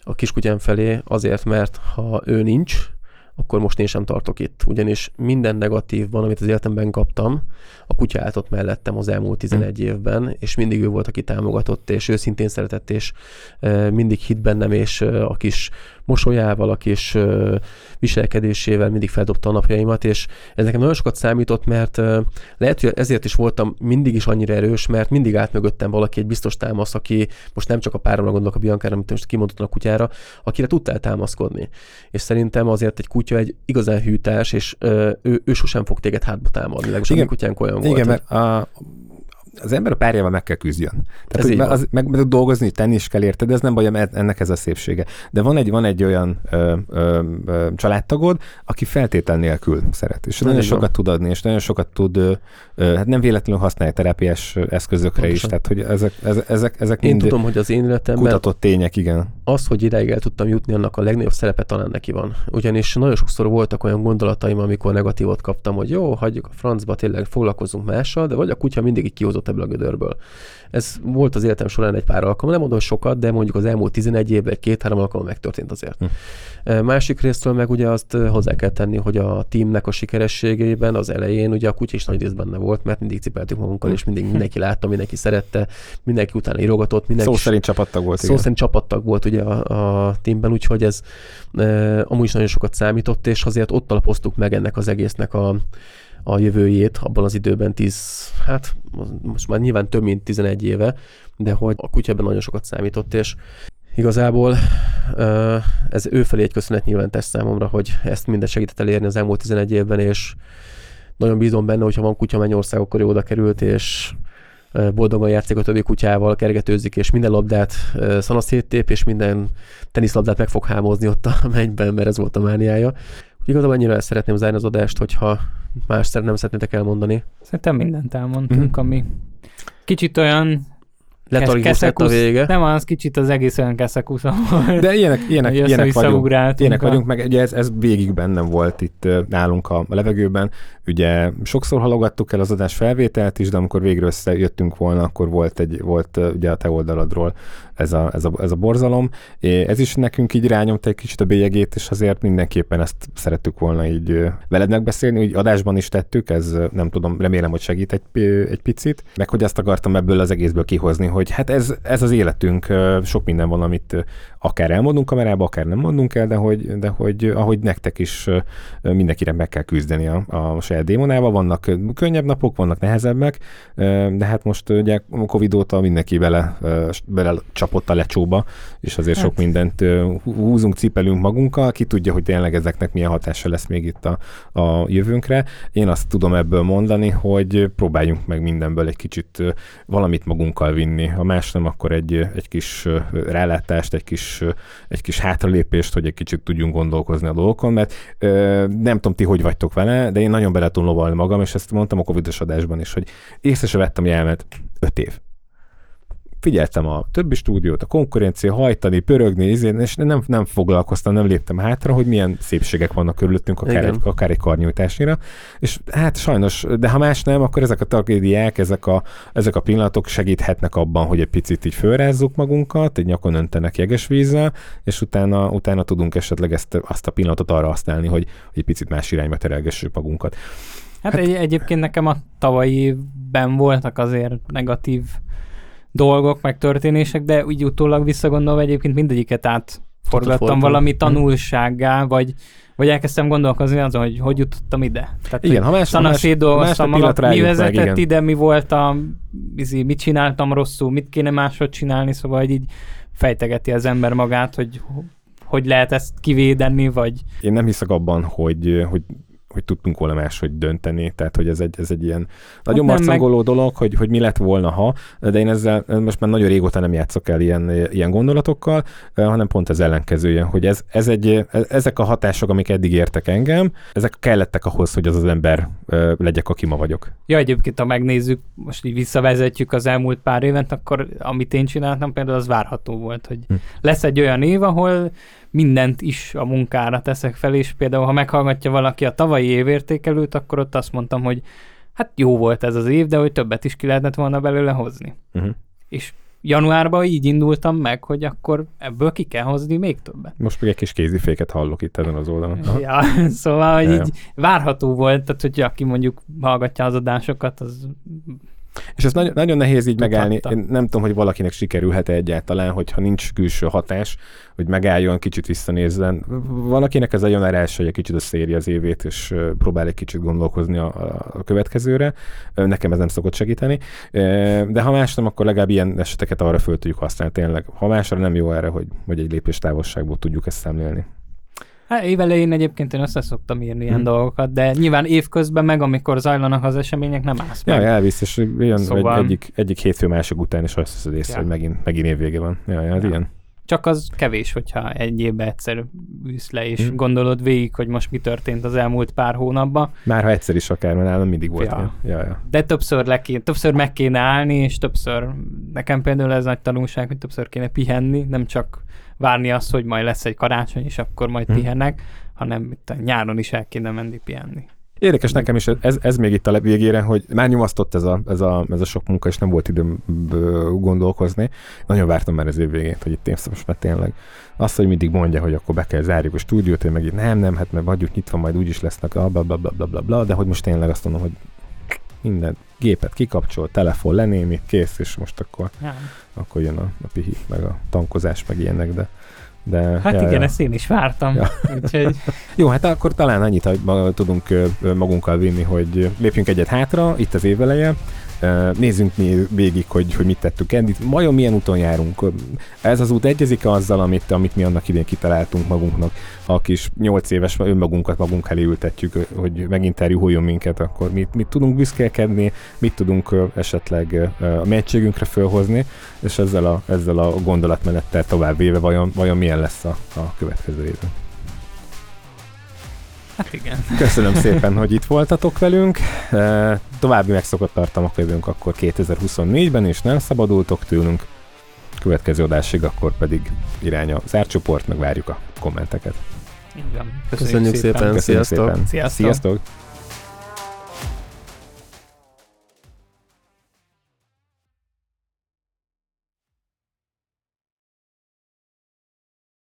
[SPEAKER 3] a kiskutyám felé azért, mert ha ő nincs, akkor most én sem tartok itt. Ugyanis minden negatívban, amit az életemben kaptam, a kutya állt ott mellettem az elmúlt 11 évben, és mindig ő volt, aki támogatott, és őszintén szeretett, és mindig hitt bennem, és a kis mosolyával, a kis viselkedésével mindig feldobta a napjaimat, és ez nekem nagyon sokat számított, mert lehet, hogy ezért is voltam mindig is annyira erős, mert mindig állt mögöttem valaki, egy biztos támasz, aki most nem csak a páromra gondolok, a Biancára, amit most kimondottam a kutyára, akire tudtál támaszkodni. És szerintem azért egy kutya egy igazán hűtárs, és ő sosem fog téged hátba támadni. Legalábbis a mi kutyánk olyan volt.
[SPEAKER 2] Igen, mert az ember a párjával meg kell küzdjön. Tehát, hogy meg dolgozni, tenni is kell érte, de ez nem baj, ennek ez a szépsége. De van egy olyan családtagod, aki feltétel nélkül szeret. És nagyon sokat tud adni, és nagyon sokat tud, hát nem véletlenül használja terápiás eszközökre pontosan. Is. Tehát, hogy ezek
[SPEAKER 3] én mind tudom, hogy az én életemben
[SPEAKER 2] kutatott tények, igen.
[SPEAKER 3] Az, hogy idáig el tudtam jutni, annak a legnagyobb szerepe talán neki van. Ugyanis nagyon sokszor voltak olyan gondolataim, amikor negatívot kaptam, hogy jó, hagyjuk a francba, tényleg foglalkozunk mással, de vagy a kutya mindig így kihozott ebből a gödörből. Ez volt az életem során egy pár alkalom, nem mondom sokat, de mondjuk az elmúlt 11 évben 2-3 alkalom megtörtént azért. Másik részről meg ugye azt hozzá kell tenni, hogy a teamnek a sikerességében az elején ugye a kutya is nagy rész benne volt, mert mindig cipeltük magunkkal, és mindig mindenki látta, mindenki szerette, mindenki utána írogatott.
[SPEAKER 2] Szó szerint csapattag volt.
[SPEAKER 3] Szó szerint csapattag volt ugye a teamben, úgyhogy ez amúgy is nagyon sokat számított, és azért ott alapoztuk meg ennek az egésznek a jövőjét abban az időben most már nyilván több mint 11 éve, de hogy a kutyában nagyon sokat számított, és igazából ez ő felé egy köszönetnyilvántás számomra, hogy ezt mindet segített elérni az elmúlt 11 évben, és nagyon bízom benne, hogyha van kutya Mennyország, akkor ő oda került, és boldogan játszik a többi kutyával, kergetőzik, és minden labdát szanaszéttép, és minden teniszlabdát meg fog hámozni ott a mennyben, mert ez volt a mániája. Igazából ennyire el szeretném zárni az adást, hogyha más nem szeretnétek elmondani.
[SPEAKER 1] Szerintem mindent elmondtunk, ami kicsit olyan
[SPEAKER 3] letargikus lett a vége.
[SPEAKER 1] Nem, az kicsit az egész olyan keszekusz.
[SPEAKER 2] De ilyenek vagyunk, meg ugye ez végig bennem volt itt nálunk a levegőben. Ugye sokszor halogattuk el az adás felvételt is, de amikor végre összejöttünk volna, akkor volt ugye a te oldaladról ez a borzalom. Ez is nekünk így rányomta egy kicsit a bélyegét, és azért mindenképpen ezt szerettük volna így veled megbeszélni, úgy adásban is tettük, ez nem tudom, remélem, hogy segít egy picit, meg hogy azt akartam ebből az egészből kihozni, hogy hát ez az életünk, sok minden van, amit akár elmondunk kamerába, akár nem mondunk el, de hogy ahogy nektek is mindenkire meg kell küzdeni a saját démonával, vannak könnyebb napok, vannak nehezebbek, de hát most ugye a Covid óta mindenki bele csapott a lecsóba, és azért sok mindent húzunk, cipelünk magunkkal, ki tudja, hogy tényleg ezeknek milyen hatása lesz még itt a jövőnkre. Én azt tudom ebből mondani, hogy próbáljunk meg mindenből egy kicsit valamit magunkkal vinni. Ha más nem, akkor egy kis rálátást, egy kis hátralépést, hogy egy kicsit tudjunk gondolkozni a dolgokon, mert nem tudom, ti hogy vagytok vele, de én nagyon bele tudom lovalni magam, és ezt mondtam a Covid-os adásban is, hogy észre se vettem, hogy elment 5 év. Figyeltem a többi stúdiót, a konkurencia, hajtani, pörögni, és nem foglalkoztam, nem léptem hátra, hogy milyen szépségek vannak körülöttünk, akár egy karnyújtásnyira. És hát sajnos, de ha más nem, akkor ezek a tragédiák, ezek a pillanatok segíthetnek abban, hogy egy picit így fölrázzuk magunkat, egy nyakon öntenek jeges vízzel, és utána tudunk esetleg azt a pillanatot arra használni, hogy egy picit más irányba terelgessük magunkat.
[SPEAKER 1] Hát egyébként nekem a tavalyi évben voltak azért negatív dolgok, meg történések, de úgy utólag visszagondolva egyébként mindegyiket átforgattam valami tanulsággá, vagy elkezdtem gondolkozni azon, hogy jutottam ide. Tehát,
[SPEAKER 2] igen, ha más
[SPEAKER 1] dolgoztam magam, mi vezetett ide, mi volt mit csináltam rosszul, mit kéne máshogy csinálni, szóval hogy így fejtegeti az ember magát, hogy lehet ezt kivédeni, vagy...
[SPEAKER 2] Én nem hiszek abban, hogy tudtunk volna máshogy dönteni, tehát hogy ez egy ilyen nagyon marcangoló dolog, hogy mi lett volna, ha, de én ezzel most már nagyon régóta nem játszok el ilyen gondolatokkal, hanem pont az ellenkezője, hogy ezek a hatások, amik eddig értek engem, ezek kellettek ahhoz, hogy az ember legyek, aki ma vagyok.
[SPEAKER 1] Ja, egyébként, ha megnézzük, most így visszavezetjük az elmúlt pár évet, akkor amit én csináltam, például az várható volt, hogy lesz egy olyan év, ahol mindent is a munkára teszek fel, és például, ha meghallgatja valaki a tavalyi évértékelőt, akkor ott azt mondtam, hogy hát jó volt ez az év, de hogy többet is ki lehetett volna belőle hozni. És januárban így indultam meg, hogy akkor ebből ki kell hozni még többet.
[SPEAKER 2] Most még egy kis kéziféket hallok itt ezen az oldalon.
[SPEAKER 1] Ja, szóval, hogy így várható volt, tehát hogy aki mondjuk hallgatja az adásokat, az...
[SPEAKER 2] És ez nagyon nehéz így megállni. Én nem tudom, hogy valakinek sikerülhet-e egyáltalán, hogyha nincs külső hatás, hogy megálljon, kicsit visszanézzen. Valakinek ez a január 1, kicsit összeéri az évét, és próbál egy kicsit gondolkozni a következőre. Nekem ez nem szokott segíteni. De ha más nem, akkor legalább ilyen eseteket arra föl tudjuk használni tényleg. Ha másra nem jó erre, hogy egy lépés távolságból tudjuk ezt szemlélni.
[SPEAKER 1] Hát évelején egyébként én össze szoktam írni ilyen dolgokat, de nyilván évközben meg, amikor zajlanak az események, nem állsz meg.
[SPEAKER 2] Ja, elvisz, és jön szóval... egyik hétfő másik után, és azt hiszed észre, hogy megint évvége van. Ja, igen.
[SPEAKER 1] Csak az kevés, hogyha egy évben egyszer ülsz le, és gondolod végig, hogy most mi történt az elmúlt pár hónapban.
[SPEAKER 2] Már ha egyszer is akár, mert nálam mindig volt. Ja.
[SPEAKER 1] De többször meg kéne állni, és többször, nekem például ez nagy tanulság, hogy többször kéne pihenni, nem csak várni azt, hogy majd lesz egy karácsony, és akkor majd pihennek, hanem itt nyáron is el kéne menni pihenni.
[SPEAKER 2] Érdekes nekem is, ez még itt a végére, hogy már nyomasztott ez a sok munka, és nem volt időm gondolkozni. Nagyon vártam már az év végén, hogy itt most már tényleg. Azt, hogy mindig mondja, hogy akkor be kell zárjuk a stúdiót, én meg így nem, hát mert vagyunk nyitva, majd úgyis lesznek bla, de hogy most tényleg azt mondom, hogy minden gépet kikapcsol, telefon lenémít, kész, és most akkor jön a pihi, meg a tankozás, meg ilyenek, de
[SPEAKER 1] hát igen, ezt én is vártam. Ja. Úgyhogy...
[SPEAKER 2] Jó, hát akkor talán annyit tudunk magunkkal vinni, hogy lépjünk egyet hátra, itt az éveleje, nézzünk mi végig, hogy mit tettük eddig, vajon milyen úton járunk. Ez az út egyezik azzal, amit mi annak idén kitaláltunk magunknak. A kis 8 éves önmagunkat magunk elé ültetjük, hogy meginterjúoljon minket, akkor mit tudunk büszkélkedni, mit tudunk esetleg a mélységünkre fölhozni, és ezzel a gondolatmenettel tovább véve vajon milyen lesz a következő évben.
[SPEAKER 1] Hát igen.
[SPEAKER 2] Köszönöm szépen, hogy itt voltatok velünk. További megszokott tartalmak jövünk akkor 2024-ben, és nem szabadultok tőlünk. Következő adásig akkor pedig irány a zárcsoport, meg várjuk a kommenteket.
[SPEAKER 1] Igen.
[SPEAKER 3] Köszönjük szépen.
[SPEAKER 2] Köszönjük
[SPEAKER 3] Sziasztok.
[SPEAKER 2] szépen. Sziasztok.